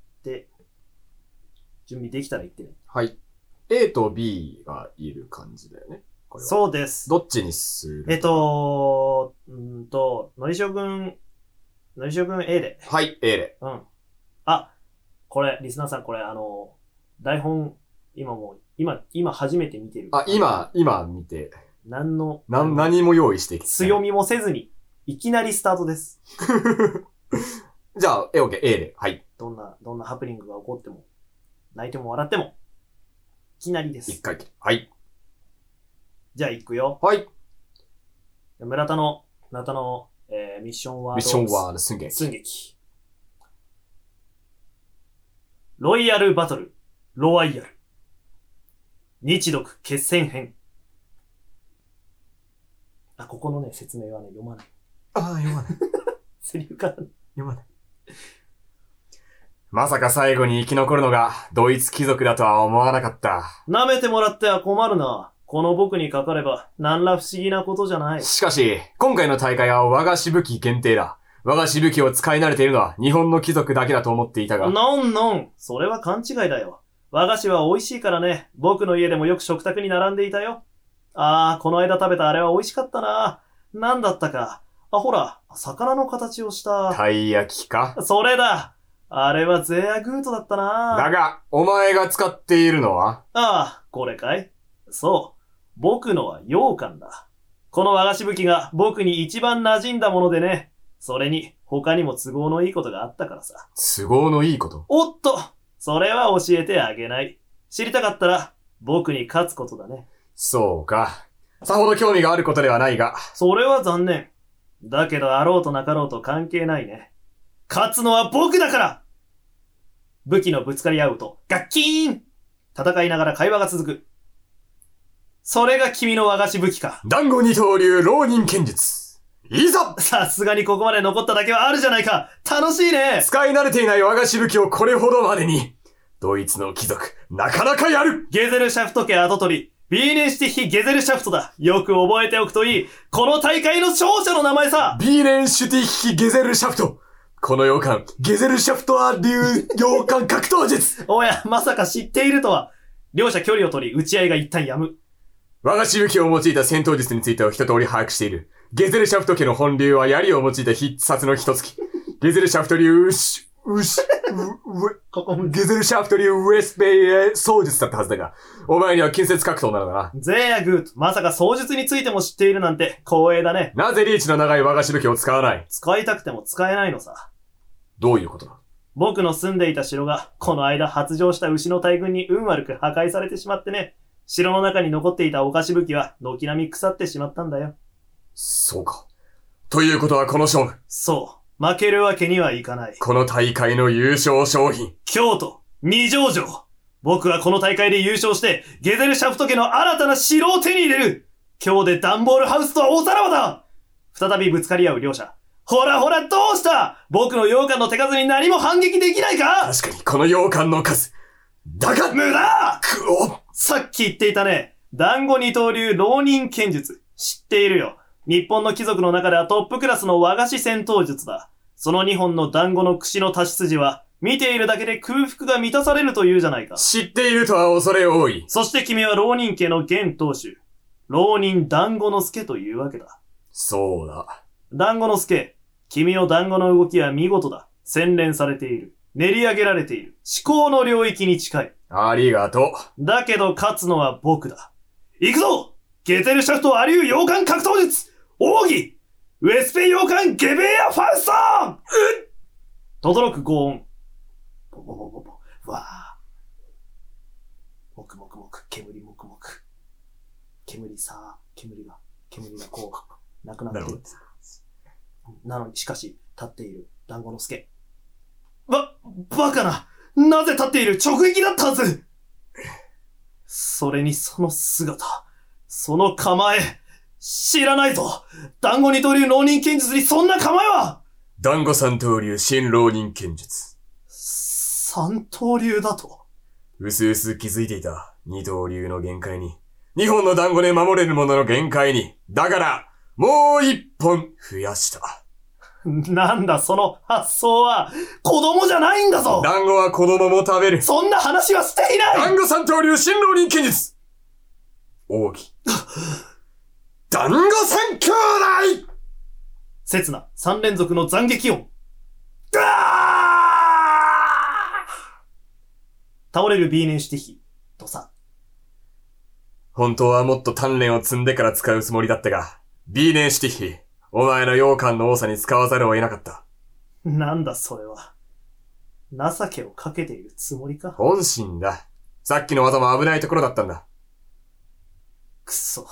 準備できたら言ってね。 はい。A と B がいる感じだよね。これはそうです。 どっちにするえっ、と、うんと、のりしおくん、のりしおくん A で。 はい、A で。 うん。あ、これ、リスナーさん、これ、あの、台本、今もう、今、今初めて見てる。 あ、今、今見て、 何の、 な、何も用意してきて。 強みもせずに、いきなりスタートです。 じゃあ、A、OK、A で。はい。 どんな、どんなハプニングが起こっても、泣いても笑っても、いきなりです一。回切る。はい。 じゃあ、行くよ。 はい。 村田の、村田の、えー、ミッションワード。 ミッションワード寸劇。 寸劇。ロイヤルバトル、ロワイヤル。日独決戦編。あ、ここのね、説明はね、読まない。 ああ、読まない。 セリフから、 読まない。まさか最後に生き残るのが、ドイツ貴族だとは思わなかった。 舐めてもらっては困るな。この僕にかかれば、何ら不思議なことじゃない。 しかし、今回の大会は和菓子武器限定だ。和菓子武器を使い慣れているのは日本の貴族だけだと思っていたが。 のんのん。それは勘違いだよ。和菓子は美味しいからね。僕の家でもよく食卓に並んでいたよ。ああ、この間食べたあれは美味しかったな。なんだったか。あ、ほら、魚の形をした。 たい焼きか。 それだ。あれはゼアグートだったな。 だが、お前が使っているのはああ、これかい？そう。僕のは羊羹だ。この和菓子武器が僕に一番馴染んだものでね。 それに、他にも都合のいいことがあったからさ。 都合のいいこと？ おっと、それは教えてあげない。知りたかったら、僕に勝つことだね。 そうか。さほど興味があることではないが。 それは残念。だけどあろうとなかろうと関係ないね。勝つのは僕だから！武器のぶつかり合うと、ガッキーン！戦いながら会話が続く。それが君の和菓子武器か。 団子二刀流浪人剣術。いざ！ さすがにここまで残っただけはあるじゃないか。楽しいね。 使い慣れていない和菓子武器をこれほどまでに。ドイツの貴族、なかなかやる！ ゲゼルシャフト家跡取り、ビーネンシュティヒ・ゲゼルシャフトだ。よく覚えておくといい。この大会の勝者の名前さ。 ビーネンシュティヒ・ゲゼルシャフト。この洋館、ゲゼルシャフトは流洋館格闘術。 おや、まさか知っているとは。両者距離を取り、打ち合いが一旦止む。 和菓子武器を用いた戦闘術については一通り把握している。ゲゼルシャフト家の本流は槍を用いた必殺の一突き。ゲゼルシャフト流、うし、うし、う、う、ここゲゼルシャフト流ウエスペイ操術だったはずだが、お前には近接格闘なのだな。 ゼーヤグート、まさか操術についても知っているなんて光栄だね。 なぜリーチの長い和菓子武器を使わない？ 使いたくても使えないのさ。 どういうことだ？ 僕の住んでいた城が、この間発情した牛の大群に運悪く破壊されてしまってね。城の中に残っていたお菓子武器は、軒並み腐ってしまったんだよ。 そうか。ということはこの勝負。 そう。負けるわけにはいかない。 この大会の優勝商品。 京都、二条城。僕はこの大会で優勝して、ゲゼルシャフト家の新たな城を手に入れる。今日でダンボールハウスとはおさらばだ。再びぶつかり合う両者。ほらほらどうした？僕の羊羹の手数に何も反撃できないか？ 確かにこの羊羹の数。だが無駄！ くおさっき言っていたね。団子二刀流浪人剣術。知っているよ。日本の貴族の中ではトップクラスの和菓子戦闘術だ。その二本の団子の串の足し筋は、見ているだけで空腹が満たされるというじゃないか。 知っているとは恐れ多い。 そして君は浪人家の現当主。浪人団子の助というわけだ。 そうだ。 団子の助。君の団子の動きは見事だ。洗練されている。練り上げられている。思考の領域に近い。 ありがとう。だけど勝つのは僕だ。行くぞ！ゲゼルシャフトアリュー洋館格闘術奥義ウエスペ洋館ゲベアファウストーンうっ轟く轟音。ボボボボボ。わー。もくもくもく。煙もくもく。煙さー。煙が。煙がこう、なくなってる。なのにしかし、立っている団子の助。ば、バカな！なぜ立っている？直撃だったはず！それにその姿、その構え、知らないぞ！団子二刀流浪人剣術にそんな構えは！ 団子三刀流新浪人剣術。 三刀流だと？ うすうす気づいていた。二刀流の限界に。二本の団子で守れるものの限界に。だから、もう一本増やした。 なんだその発想は、子供じゃないんだぞ！ 団子は子供も食べる。 そんな話はしていない！ 団子三刀流新浪人剣術奥義。団子三兄弟刹那、三連続の斬撃音。倒れるビーネンシュティヒ。とさ。 本当はもっと鍛錬を積んでから使うつもりだったが、ビーネンシュティヒ。お前の羊羹の多さに使わざるを得なかった。 なんだそれは。情けをかけているつもりか？ 本心だ。さっきの技も危ないところだったんだ。 くそ。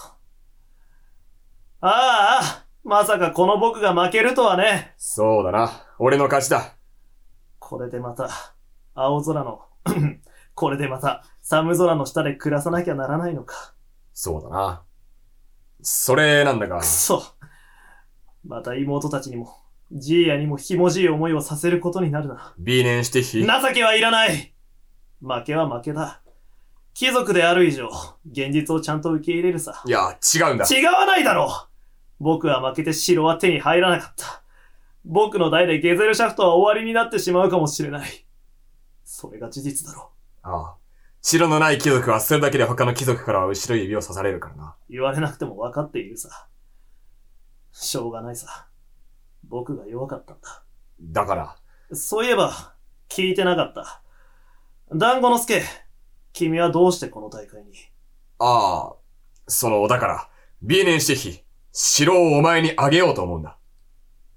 ああ、まさかこの僕が負けるとはね。 そうだな。俺の勝ちだ。 これでまた、青空の、これでまた、寒空の下で暮らさなきゃならないのか。 そうだな。それなんだが。 くそ。また妹たちにも、ジーヤにもひもじい思いをさせることになるな。 ビーネンシュティヒ。 情けはいらない！負けは負けだ。貴族である以上、現実をちゃんと受け入れるさ。 いや、違うんだ。 違わないだろう！僕は負けて城は手に入らなかった。僕の代でゲゼルシャフトは終わりになってしまうかもしれない。それが事実だろう。ああ。城のない貴族はそれだけで他の貴族からは後ろ指を刺されるからな。 言われなくても分かっているさ。しょうがないさ。僕が弱かったんだ。 だから。 そういえば、聞いてなかった。団子の助、君はどうしてこの大会に？ ああ、その、だから、ビーネンシティヒ、城をお前にあげようと思うんだ。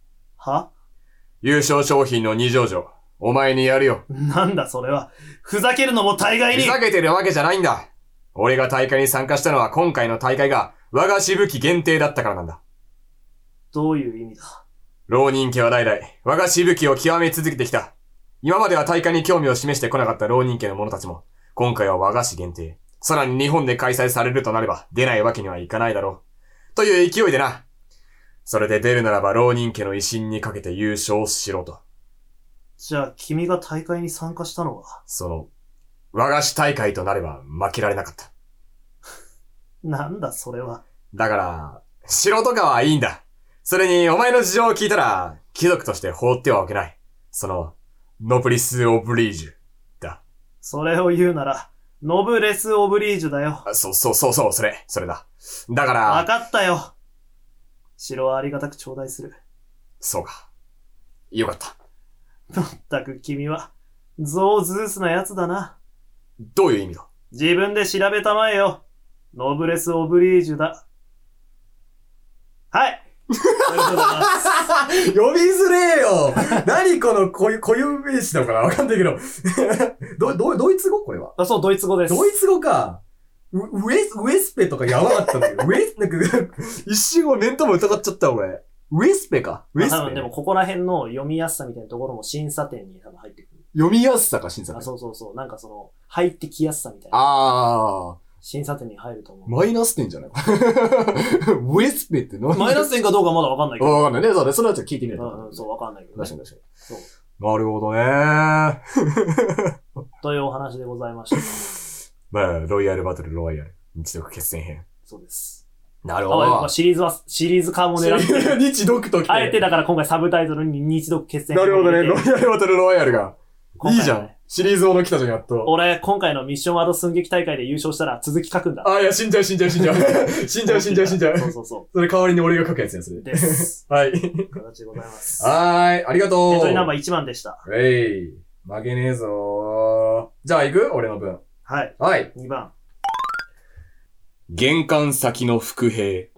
は？ 優勝商品の二条城、お前にやるよ。 なんだそれは。ふざけるのも大概に。 ふざけてるわけじゃないんだ。俺が大会に参加したのは今回の大会が我がしぶき限定だったからなんだ。 どういう意味だ？ 浪人家は代々我がしぶきを極め続けてきた。今までは大会に興味を示してこなかった浪人家の者たちも、今回は和菓子限定。さらに日本で開催されるとなれば出ないわけにはいかないだろう。という勢いでな。それで出るならば浪人家の威信にかけて優勝しろと。 じゃあ君が大会に参加したのは？ その、和菓子大会となれば負けられなかった。 なんだそれは。 だから、城とかはいいんだ。それにお前の事情を聞いたら、貴族として放ってはおけない。その、ノブリス・オブリージュだ。 それを言うなら、ノブレス・オブリージュだよ。 そうそうそうそう、それ、それだ。だから。 わかったよ。城はありがたく頂戴する。 そうか。よかった。 まったく君は、ゾウズースな奴だな。 どういう意味だ？ 自分で調べたまえよ。ノブレス・オブリージュだ。はい。ありがとうございます。 呼びづれえよ。何この固有、固有名詞なのかなわかんないけど。ど、ど、ドイツ語これは。 あ、そう、ドイツ語です。 ドイツ語か。ウ、ウエス、ウエスペとかやばかったんだけど。ウエス、なんか、一瞬俺面とも疑っちゃった俺。ウエスペか。ウエスペ。 多分でもここら辺の読みやすさみたいなところも審査点に多分入ってくる。 読みやすさか審査点。 あ、そうそうそう。なんかその、入ってきやすさみたいな。 ああ。 審査点に入ると思う。 マイナス点じゃないウエスペって何？ マイナス点かどうかまだわかんないけど。 わかんないね。そうね。そのやつは聞いてみないと。 うんうん、そう、わかんないけど、ね。 確かに確かに。 そう。 なるほどね。 というお話でございました。 まあ、ロイヤルバトルロワイヤル。日独決戦編。 そうです。 なるほど。 あ、シリーズは、シリーズ化も狙って。 日独と来て。 あえてだから今回サブタイトルに日独決戦編。なるほどね。ロイヤルバトルロワイヤルが。 ね、 いいじゃん。シリーズもの来たじゃん、やっと。 俺、今回のミッションワード寸劇大会で優勝したら続き書くんだ。 あ、いや、死んじゃう、死んじゃう、死んじゃう。死んじゃう、死んじゃう、死んじゃう。 そうそうそう。 それ代わりに俺が書くやつやつで。 です。 はい。 形でございます。 はーい、ありがとう。 エントリーナンバーいちばんでした。 えい。負けねえぞー。じゃあ行く？俺の分。 はい。 はい。 にばん。 玄関先の伏兵。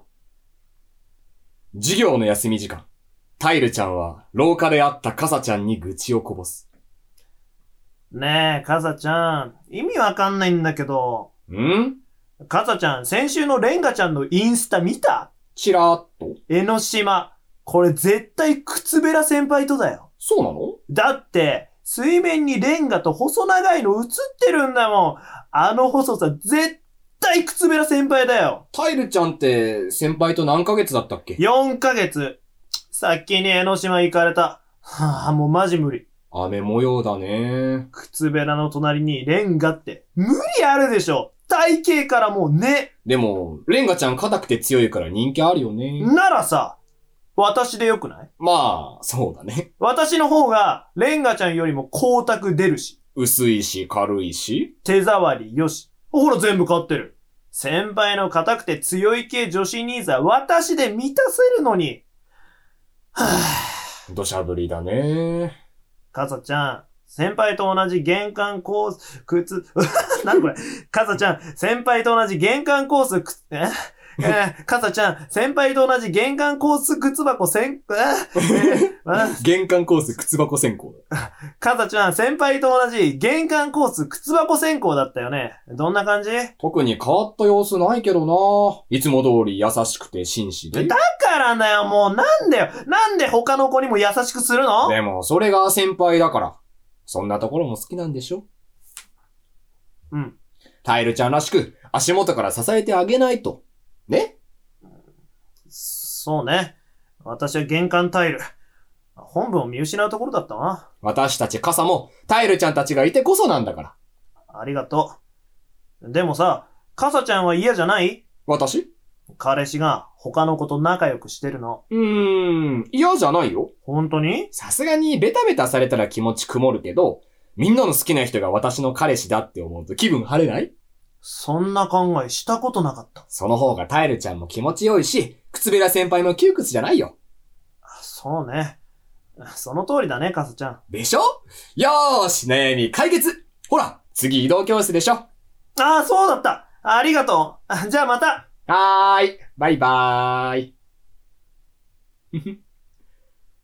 授業の休み時間。タイルちゃんは廊下で会ったカサちゃんに愚痴をこぼす。 ねえ、カサちゃん。意味わかんないんだけど。 ん？ カサちゃん、先週のレンガちゃんのインスタ見た？ チラーっと。 江ノ島。これ絶対靴べら先輩とだよ。 そうなの？ だって、水面にレンガと細長いの映ってるんだもん。あの細さ、絶対靴べら先輩だよ。 タイルちゃんって先輩と何ヶ月だったっけ？ よん ヶ月。先に江ノ島行かれた。はぁ、もうマジ無理。 雨模様だね。 靴べらの隣にレンガって無理あるでしょ。体型からもうね。 でも、レンガちゃん硬くて強いから人気あるよね。 ならさ、私でよくない？ まあ、そうだね。 私の方がレンガちゃんよりも光沢出るし。 薄いし軽いし。 手触りよし。ほら全部買ってる。先輩の硬くて強い系女子ニーズは私で満たせるのに。はぁ。 土砂降りだね。 カサちゃん、先輩と同じ玄関コース、靴、なんこれ。カサちゃん、先輩と同じ玄関コース、靴、ええー、カサちゃん、先輩と同じ玄関コース靴箱先、えー、玄関コース靴箱先行だ。カサちゃん、先輩と同じ玄関コース靴箱先行だったよね。どんな感じ？ 特に変わった様子ないけどな。いつも通り優しくて紳士で。 だからだよ、もうなんだよ。なんで他の子にも優しくするの？ でも、それが先輩だから。そんなところも好きなんでしょ？ うん。 タイルちゃんらしく足元から支えてあげないと。ね？ そうね。私は玄関タイル。本文を見失うところだったな。 私たち傘もタイルちゃんたちがいてこそなんだから。 ありがとう。でもさ、傘ちゃんは嫌じゃない？ 私？ 彼氏が他の子と仲良くしてるの。 うーん、嫌じゃないよ。 本当に？ さすがにベタベタされたら気持ち曇るけど、みんなの好きな人が私の彼氏だって思うと気分晴れない？ そんな考えしたことなかった。 その方がタイルちゃんも気持ちよいし、靴べら先輩も窮屈じゃないよ。 そうね。その通りだね、カサちゃん。 でしょ？よーし、悩み解決！ほら、次移動教室でしょ。 ああ、そうだった。ありがとう。じゃあまた。 はーい、バイバーイ。靴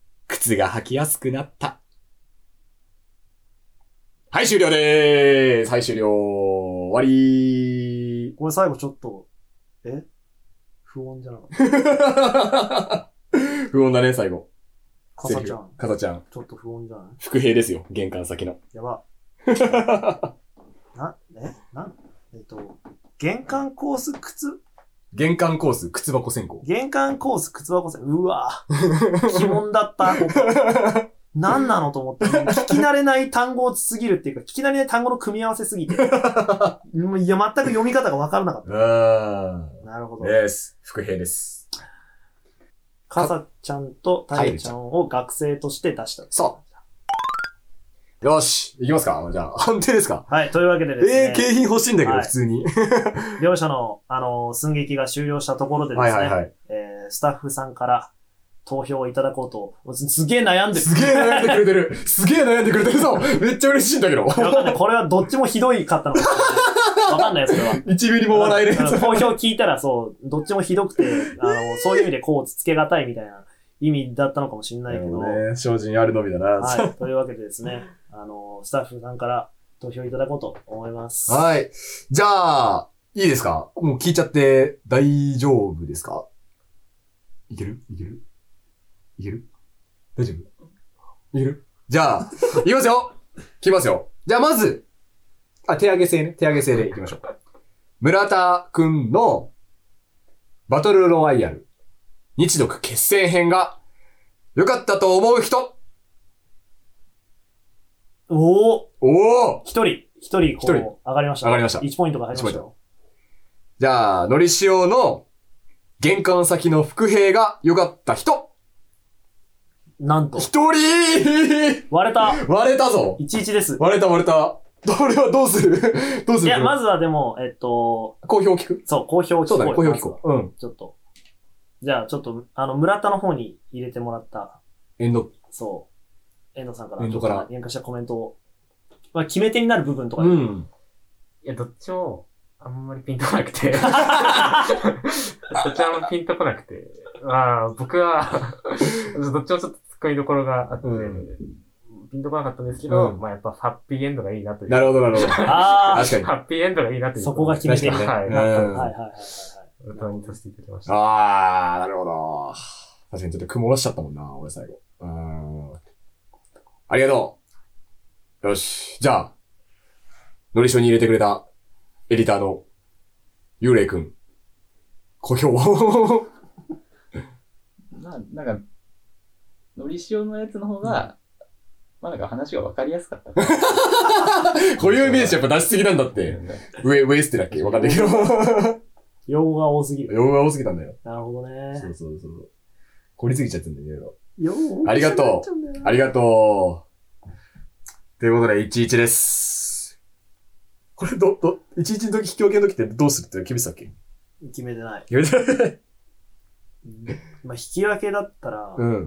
靴が履きやすくなった。はい、終了でーす。はい、終了。終わりー。 これ最後ちょっと、え不穏じゃなかった不穏だね、最後。 かさちゃん。 かさちゃん。 ちょっと不穏じゃない伏兵ですよ、玄関先の。 やば。な、えなんえっと、玄関コース靴玄関コース、靴箱選考。 玄関コース、靴箱選考。うわ鬼門だった、ここ。何なのと思って。聞き慣れない単語すぎるっていうか、聞き慣れない単語の組み合わせすぎて。もういや、全く読み方が分からなかった。なるほど。 です。伏兵です。 かさちゃんとたいちゃんを学生として出した。 そう。よし。いきますかじゃあ、判定ですかはい。というわけでですね。 えー、景品欲しいんだけど、はい、普通に。 両者の、あの、寸劇が終了したところでですね。はいはいはい。えー、スタッフさんから、投票をいただこうと、すげえ悩んでる。 すげえ悩んでくれてる。すげえ悩んでくれてるぞ。めっちゃ嬉しいんだけど。わかんない。これはどっちもひどいかったのかもしれない。わかんないよ、それは。 一ミリも笑えるやつ。 投票聞いたらそう、どっちもひどくて、あの、そういう意味でこうつつけがたいみたいな意味だったのかもしれないけど。 ね、精進あるのみだな。 はい。というわけでですね、あの、スタッフさんから投票いただこうと思います。 はい。じゃあ、いいですか？もう聞いちゃって大丈夫ですか？いける？いける？いける？大丈夫？いける？じゃあ、いきますよ！いきますよ。じゃあまず、あ、手上げ制ね。手上げ制でいきましょう。村田くんのバトルロワイヤル日読決戦編が良かったと思う人。 おーおー一人、一人、こう、上がりました。 上がりました。 いちポイントが入りましたよ。 じゃあ、のりしおの玄関先の伏兵が良かった人。 なんと。 一人割れた。 割れたぞ。 いちいちです。 割れた割れた。これはどうするどうするいや、まずはでも、えっと。 好評聞くそう、好評聞く。 そうだね、好評聞こう。うん。 ちょっと。じゃあ、ちょっと、あの、村田の方に入れてもらった。 エンド。 そう。エンドさんから。 エンドから。 何かしたコメントを。まあ、決め手になる部分とかで。 うん。 いや、どっちも、あんまりピンとこなくて。どちらもピンとこなくて。まあ、僕は、どっちもちょっと突っ込みどころがあって、うん、ピンとこなかったんですけど、うん、まあやっぱハッピーエンドがいいなという。 なるほど、なるほど。 ああ。 確かに。 ハッピーエンドがいいなという。 そこが決めてるね。 はい。 はいはいはいはい。 歌にさせていただきました。 ああ、なるほど。確かにちょっと曇らしちゃったもんな、俺最後。うん。ありがとう。よし。じゃあ、のりしおに入れてくれたエディターのゆうれいくん。好評を。 まあ、なんか、のりしおのやつの方が、まあなんか話が分かりやすかった。 こういうイメージやっぱ出しすぎなんだって。ウェ、ウェイステだっけわかんないけど。 用語が多すぎる。 用語が多すぎたんだよ。 なるほどね。 そうそうそう。凝りすぎちゃってんだよ、いろいろ。 用語ありがとう。ありがとう。ということで、いちいちです。これ、ど、ど、いちいちの時、引き分けの時ってどうするって決めてたっけ？ 決めてない。 決めてない。 まあ、引き分けだったら、 うん。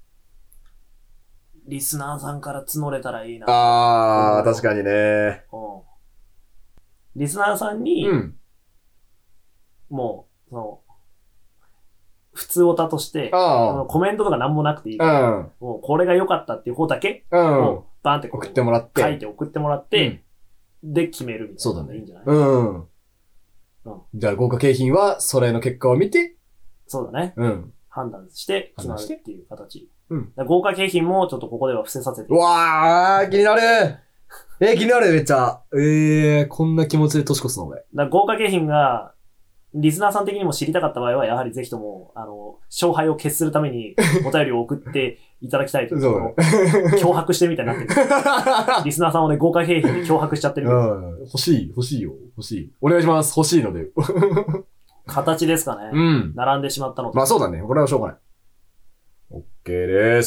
リスナーさんから募れたらいいな。 あー、確かにね。 うん。リスナーさんに、 うん、 もう、その、普通オタとして、 あコメントとかなんもなくていいから、 うん、 もうこれが良かったっていう方だけ、 うん、 もうバーンって送ってもらって、 書いて送ってもらって、うん、で決めるみたいな。 そうだね。 いいんじゃない？ うん。うん。じゃあ豪華景品は、それの結果を見て、 そうだね。 うん。 判断して決まるっていう形。 うん。 豪華景品もちょっとここでは伏せさせて。 うわー、気になるえー、気になるめっちゃ。えー、こんな気持ちで年越すの俺。 だ豪華景品が、リスナーさん的にも知りたかった場合は、やはりぜひとも、あの、勝敗を決するためにお便りを送っていただきたいというところ、脅迫してみたいになってる。リスナーさんをね、豪華景品で脅迫しちゃってる。 うん。欲しい、欲しいよ。欲しい。お願いします。欲しいので。 形ですかね。 うん。 並んでしまったの。 まあそうだね。これはしょうがない。OK です。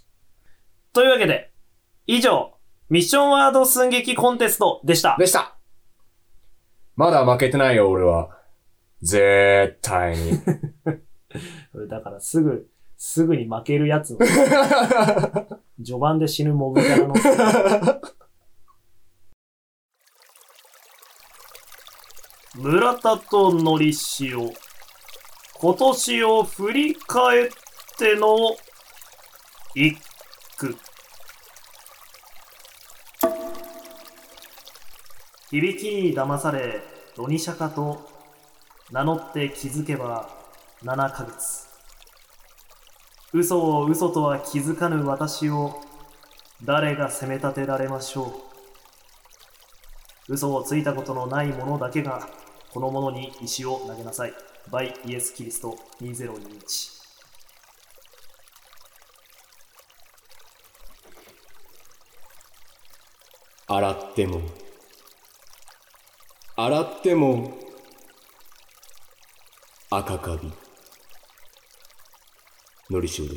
というわけで、以上、ミッションワード寸劇コンテストでした。 でした。まだ負けてないよ、俺は。絶対に。 だからすぐ、すぐに負けるやつを。序盤で死ぬモブキャラの。村田とのりしお。今年を振り返っての一句。響きに騙され、ロニシャカと名乗って気づけばななかげつ。嘘を嘘とは気づかぬ私を誰が責め立てられましょう。嘘をついたことのない者だけがこの者に石を投げなさい。バイイエス・キリストにせんにじゅういち。 洗っても洗っても赤カビのりしおです。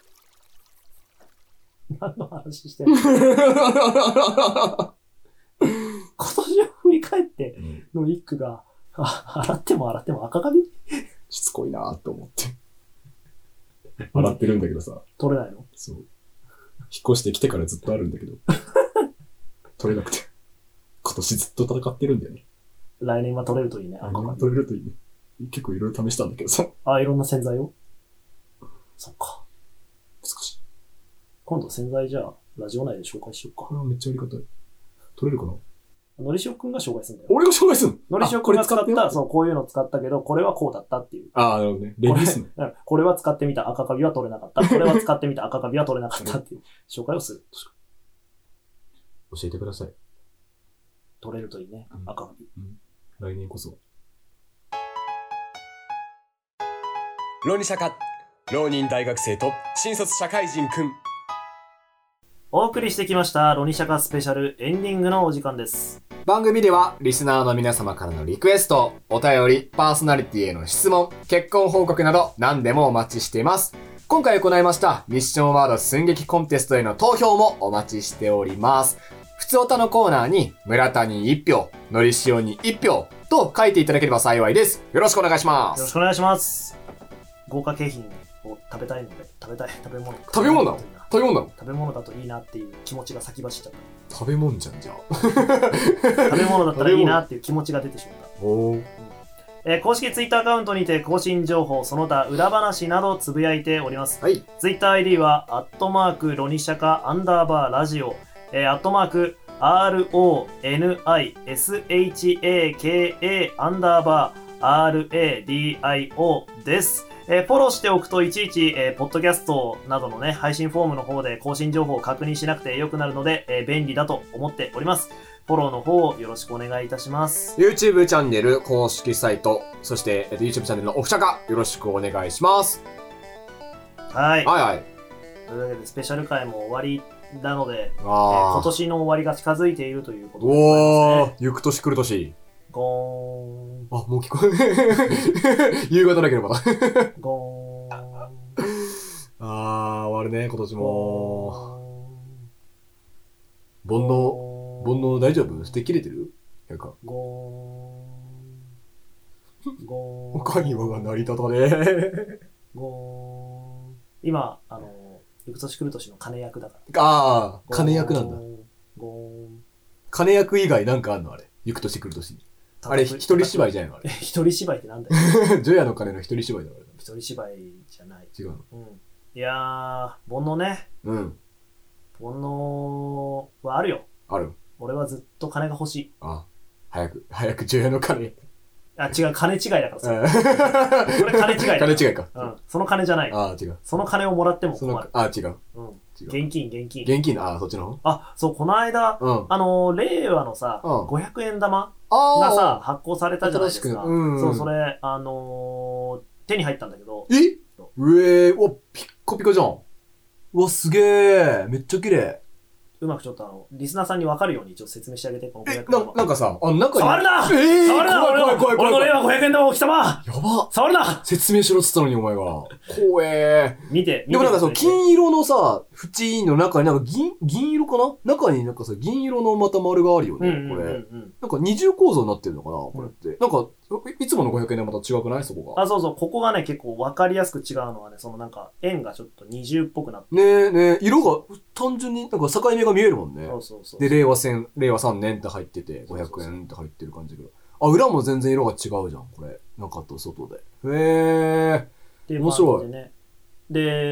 何の話してんの今年を振り返っての一句が、あ、洗っても洗っても赤カビしつこいなと思って洗ってるんだけどさ取れないの。 そう、引っ越してきてからずっとあるんだけど取れなくて今年ずっと戦ってるんだよね。 来年は取れるといいね。赤カビ取れるといいね。結構いろいろ試したんだけどさ。 あ、いろんな洗剤を。そっか。 難しい。 今度洗剤じゃあラジオ内で紹介しようか。 これはめっちゃありがたい。取れるかな。 のりしおくんが紹介するんだよ。 俺が紹介するののりしおくんが使った、そう、こういうの使ったけど、これはこうだったっていう。 ああ、なるほどね。レビューすね。 これ、これは使ってみた赤カビは取れなかった。これは使ってみた赤カビは取れなかったっていう紹介をする。 教えてください。 取れるといいね。うん、赤カビ、うん。 来年こそ。 ロニシャカ、浪人大学生と新卒社会人くん。 お送りしてきましたロニシャカスペシャルエンディングのお時間です。 番組ではリスナーの皆様からのリクエスト、お便り、パーソナリティへの質問、結婚報告など何でもお待ちしています。今回行いましたミッションワード寸劇コンテストへの投票もお待ちしております。ふつおたのコーナーに村田にいち票、のりしおにいち票と書いていただければ幸いです。よろしくお願いします。 よろしくお願いします。豪華景品を食べたいので、食べたい食べ物。 食べ物なの？食べ物なの？ 食べ物だといいなっていう気持ちが先走っちゃった。 食べ物じゃんじゃあ。 食べ物だったらいいなっていう気持ちが出てしまった。 おー、うんえー、公式ツイッターアカウントにて更新情報その他裏話などつぶやいております。 はい。 ツイッター アイディー はアットマークロニシャカアンダーバーラジオ、えー、アットマーク アールオーエヌアイエスエイチエーケーエー アンダーバー アールエーディーアイオー です。えー、フォローしておくといちいち、えー、ポッドキャストなどのね、配信フォームの方で更新情報を確認しなくてよくなるので、えー、便利だと思っております。フォローの方をよろしくお願いいたします。 YouTube チャンネル、公式サイト、そして、えー、YouTube チャンネルのオフシャカ、よろしくお願いします。 はい。 はいはい。 というわけで、スペシャル回も終わりなので、えー、 あ今年の終わりが近づいているということでございますね。 おー、行く年来る年。 ゴーン。 あ、もう聞こえ夕方だけどまだ。 ゴーン。 あー、終わるね、今年も。煩悩、煩悩大丈夫？捨て切れてる？なんか。 ゴーン。ゴーン。 会話が成り立たね。 ゴーン。今、あの、行く年来る年の金役だから。あー、金役なんだ。 ゴーン。 金役以外なんかあんのあれ。行く年来る年に。あれ、一人芝居じゃないのあれ。 一人芝居ってなんだよ。 ジョヤの鐘の一人芝居だから。 一人芝居じゃない。 違うの？ うん。いやー、煩悩ね。 うん。 煩悩はあるよ。 ある。 俺はずっと金が欲しい。 あ、早く、早くジョヤの鐘。 あ、違う、金違いだからさ。これ金違いだ。 金違いか。 うん。その金じゃない。 ああ、違う。 その金をもらっても困る。 ああ、違う。 うん。現金、現金。 現金、ああ、そっちの方？ あ、そう、この間、 うん、 あの、令和のさ、 うん、 ごひゃくえん玉がさ、発行されたじゃないですか。 うん、 そう、それ、あのー、手に入ったんだけど。 え？うえー、お、ピッコピコじゃん。うわ、すげえ。めっちゃ綺麗。 うまくちょっとあの、リスナーさんに分かるように一応説明してあげて、このごひゃくえん玉。な、なんかさ、あの中に。 触るなえー、 触るな怖い怖い怖い怖い。 俺の令和ごひゃくえん玉を貴様やば。 触るな説明しろっつったのにお前が。怖えー。 見て、見て。 でもなんかそう、金色のさ、縁の中になんか銀、銀色かな中になんかさ、銀色のまた丸があるよね、 うんうんうんうん、 これ。なんか二重構造になってるのかなこれって。なんか、いつものごひゃくえん玉と違くないそこが。 あ、そうそう。ここがね、結構分かりやすく違うのはね、そのなんか、円がちょっと二重っぽくなって。 ねえねえ、色が単純になんか境目が見えるもんね。 そうそうそう。 で、令和戦、令和さんねんって入ってて、ごひゃくえんって入ってる感じだけど。あ、裏も全然色が違うじゃん、これ。中と外で。へえ。 っていう感じでね。で、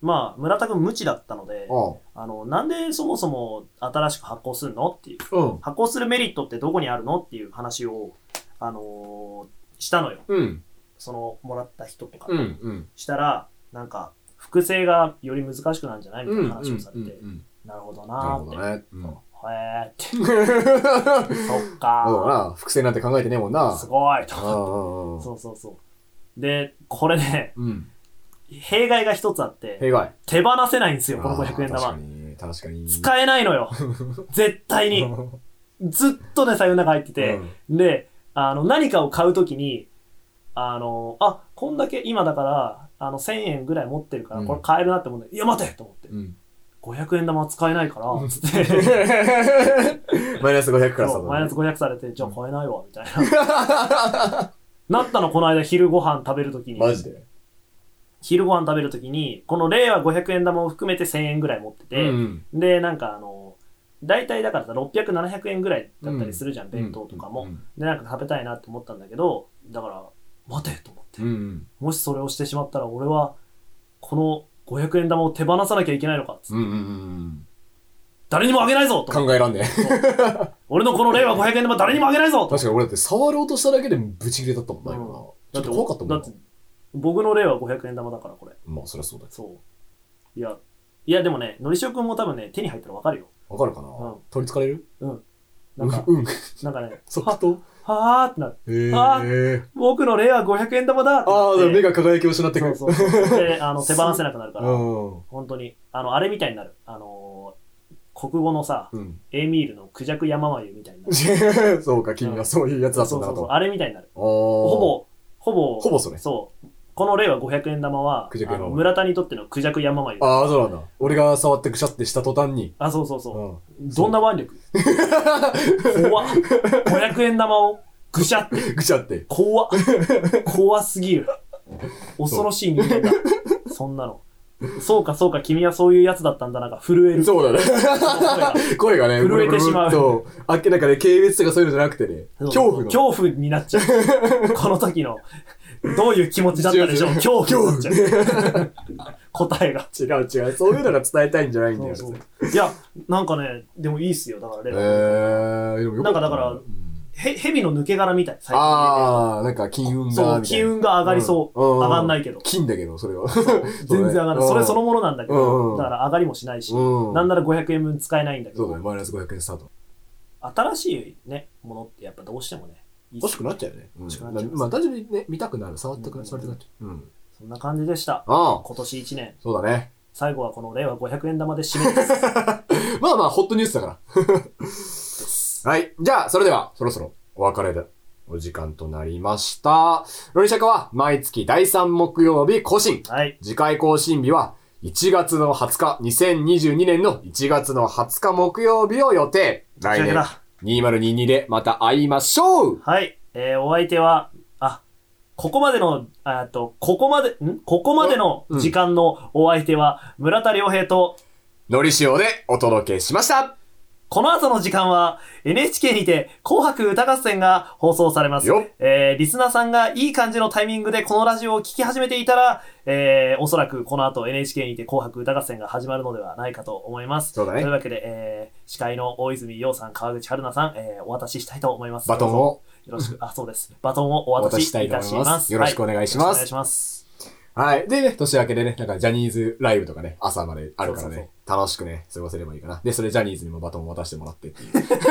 まあ、村田くん無知だったので、 ああの、なんでそもそも新しく発行するのっていう、 あ。うん。 発行するメリットってどこにあるのっていう話を、あのーしたのよ。 うん。 その、もらった人とか。 うん。うん。 したら、なんか、複製がより難しくなるんじゃないみたいな話をされて、 うんうんなるほどなるなーって。 ほどね。うん。 へーって。そっかそうだー。 な。複製なんて考えてねえもんな。 すごいと。 うんうんうん。 そうそうそう。で、これね、 うん。 弊害が一つあって、 弊害。 手放せないんですよ、このごひゃくえん玉。 あー確かに、確かに。 使えないのよ。絶対に。ずっとね、財布の中入ってて、で、あの、何かを買うときに、あの、あ、こんだけ今だから、あの、せんえんぐらい持ってるから、 うんこれ買えるなって思うんだけど、いや、待てと思って。 うん。 ごひゃくえん玉は使えないから、つって。 マイナスごひゃくからさ。 そうマイナスごひゃくされて、じゃあ買えないわ、みたいな。なったの、この間昼ご飯食べるときに。 マジで昼ご飯食べるときに、この令和ごひゃくえん玉を含めてせんえんぐらい持ってて、 うんで、なんかあの、大体だからさ、ろっぴゃく、ななひゃくえんぐらいだったりするじゃん、 うん弁当とかも、 うんで、なんか食べたいなって思ったんだけど、だから、待てと思って。 うんうん。 もしそれをしてしまったら、俺は、このごひゃくえん玉を手放さなきゃいけないのかっつって、 うんうんうん誰にもあげないぞと思って。 考えらんねえ。 俺のこの令和ごひゃくえん玉誰にもあげないぞと。 確かに俺だって触ろうとしただけでブチ切れだったもんな、今な。 うんちょっと怖かったもんな。 だって、僕の令和ごひゃくえん玉だから、これ。 まあ、そりゃそうだよ。 そう。いや、いやでもね、のりしおくんも多分ね、手に入ったらわかるよ。 わかるかな、 うん取りつかれるなんか、 うん。 なんかね、 即答はーってなる。 へあえ。 僕の令和ごひゃくえん玉だってなああ、 って。 目が輝きを失ってくる。 そうそうそう。で、あの、手放せなくなるから、 うん。 本当に、あの、あれみたいになる。あのー、国語のさ、 うん。 エーミールのクジャク山眉みたいになる。 そうか、君はそういうやつだったんだなと。 そうそうそう、あれみたいになる。 ほほぼ、ほぼ、 ほぼそれそう。この令和ごひゃくえん玉は、 クジャク山眉あの村田にとってのクジャク山眉。 ああ、そうなんだ。俺が触ってぐしゃってした途端に。 あ、そうそうそう。 うん。 どんな腕力怖っ。ごひゃくえん玉をぐしゃって。 ぐしゃって。 怖っ。怖すぎる。恐ろしい人間だ。そんなの。そうかそうか、君はそういうやつだったんだな、なんか震える。 そうだね。声がね、 震えてしまうそう。あっけなんかね、軽蔑とかそういうのじゃなくてね、恐怖の。 恐怖になっちゃう。この時の、どういう気持ちだったでしょう。恐怖になっちゃう。答えが。 違う違う。そういうのが伝えたいんじゃないんだよ。 そうそういや、なんかね、でもいいっすよ。だからね。 えー、でもよかったなんかだからうんへ、蛇の抜け殻みたい。最近あー、なんか金運がみたいな。 そう、金運が上がりそう。 うん上がんないけど。 金だけど、それは。 全然上がらない。それそのものなんだけうんど、だから上がりもしないし、 うん。 なんならごひゃくえんぶん使えないんだけど、 そうだね、マイナスごひゃくえんスタート。 新しいね、ものってやっぱどうしてもね、いいっす欲しくなっちゃうよね。 欲しくなっちゃいますまあ、単純にね、見たくなる、触ってくなる、触りたくなっちゃう。うん。 そんな感じでした。 ああ、 今年いちねん。 そうだね。 最後はこの令和ごひゃくえん玉で締めです。 まあまあ、ホットニュースだから。はい。じゃあ、それでは、そろそろお別れでお時間となりました。ロニシャカは毎月だいさん木曜日更新。 はい。 次回更新日はいちがつのはつか、にせんにじゅうにねんのいちがつのはつか木曜日を予定。来年年だにせんにじゅうにでまた会いましょう。 はい。えー、お相手は、あ、ここまでの、あと、ここまで、んここまでの時間のお相手は、村田良平と、 のりしおでお届けしました。 この後の時間は エヌエイチケー にて紅白歌合戦が放送されます。 よっえー、リスナーさんがいい感じのタイミングでこのラジオを聞き始めていたら、えー、おそらくこの後 エヌエイチケー にて紅白歌合戦が始まるのではないかと思います。 そうだねというわけで、えー、司会の大泉洋さん、川口春奈さん、えー、お渡ししたいと思います。 バトンをよろしく、あ、そうです。バトンをお渡しいたします。 お渡ししたいと思いますよろしくお願いしますはよろくお願いします。 はい。でね、年明けでね、なんかジャニーズライブとかね、朝まであるからね、 そうそう楽しくね、過ごせればいいかな。で、それジャニーズにもバトンを渡してもらってっていう。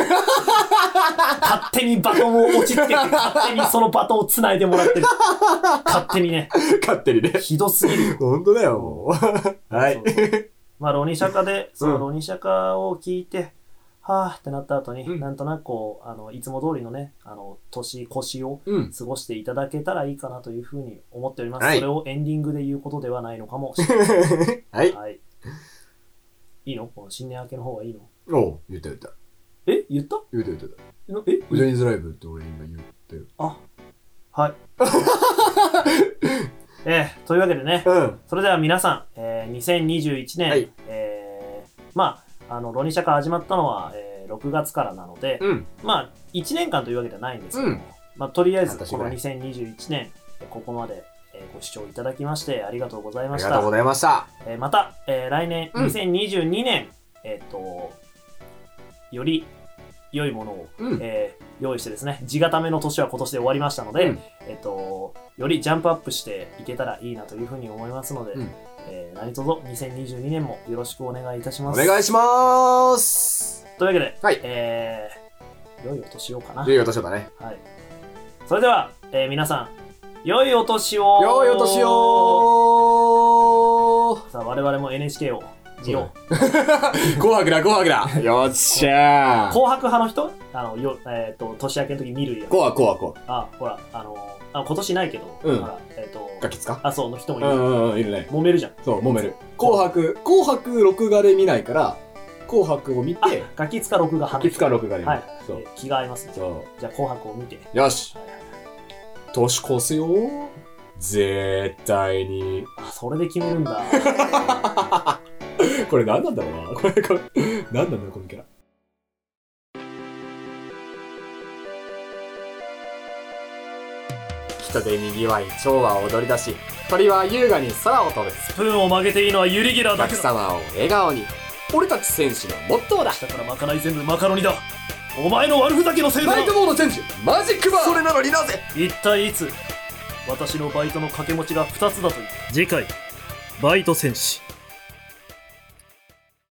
勝手にバトンを落ち着けて、勝手にそのバトンを繋いでもらってる。勝手にね。 勝手にね。 ひどすぎるよ。 本当だよ、もう。はいそう。そうまあ、ロニシャカで、そのうんロニシャカを聞いて、はぁってなった後に、 うんなんとなくこう、あの、いつも通りのね、あの、年越しをうん。 過ごしていただけたらいいかなというふうに思っております。 はいそれをエンディングで言うことではないのかもしれない。 はい。 はい。いいのこの新年明けの方がいいのおう、言った言った。 え言った言った言った言っえた。ジャニーズライブって俺今言ったよ。 あ、はい。えー、というわけでね、 うん。 それでは皆さん、えー、にせんにじゅういちねん、 はいえー、まあ、あの、ロニシャカ始まったのは、えー、ろくがつからなので、 うん。 まあ、いちねんかんというわけではないんですけども、 うんまあ、とりあえず、 半年ぐらいこのにせんにじゅういちねん、ここまで、ええー、ご視聴いただきましてありがとうございました。 ありがとうございました。 えー、また、えー、来年うんにせんにじゅうにねん、えっ、ー、と、より良いものを、 うんえー、用意してですね、地固めの年は今年で終わりましたので、 うんえっ、ー、と、よりジャンプアップしていけたらいいなというふうに思いますので、 うんえー、何卒にせんにじゅうにねんもよろしくお願いいたしまおす。 願いしまーす。 というわけで、 はいえー、良いお年をかな。 良いお年をだね。 はい。それでは、えー、皆さん、良いお年を。 良いお年を。 さあ、我々も エヌエイチケー を見よう。 紅白だ、紅白だ。よっしゃー。 紅白派の人あの、よ、えっ、ー、と、年明けの時見るよ。 紅白、紅白、紅白。 あ、ほら、あのー、あ今年ないけど、 うんほら、えっ、ー、と、 ガキツかあ、そう、の人もいうる。 んうんうん、いるね。 揉めるじゃん。 そう、揉める。紅白、紅白録画で見ないから、紅白を見あて、、 ガキツか録画派。 ガキツか録画で見るはい。。 そうえ。ー気が合いますね。 そじゃあ、紅白を見て。 う。よし。 はいはい年越すよ。絶対に。 あ、それで決めるんだ。 これ何なんだろうな。これ、これ、何なんだろう、このキャラ。人で賑わい、蝶は踊り出し、鳥は優雅に空を飛ぶ。 スプーンを曲げていいのはユリギラお客様を笑顔に。俺たち選手のモットーだ。 下からまかない全部マカロニだ。お前の悪ふざけのせいだ。 ナイトボード選手、マジックバー。それなのになぜ。 一体いつ私のバイトの掛け持ちがふたつだと言った。次回バイト戦士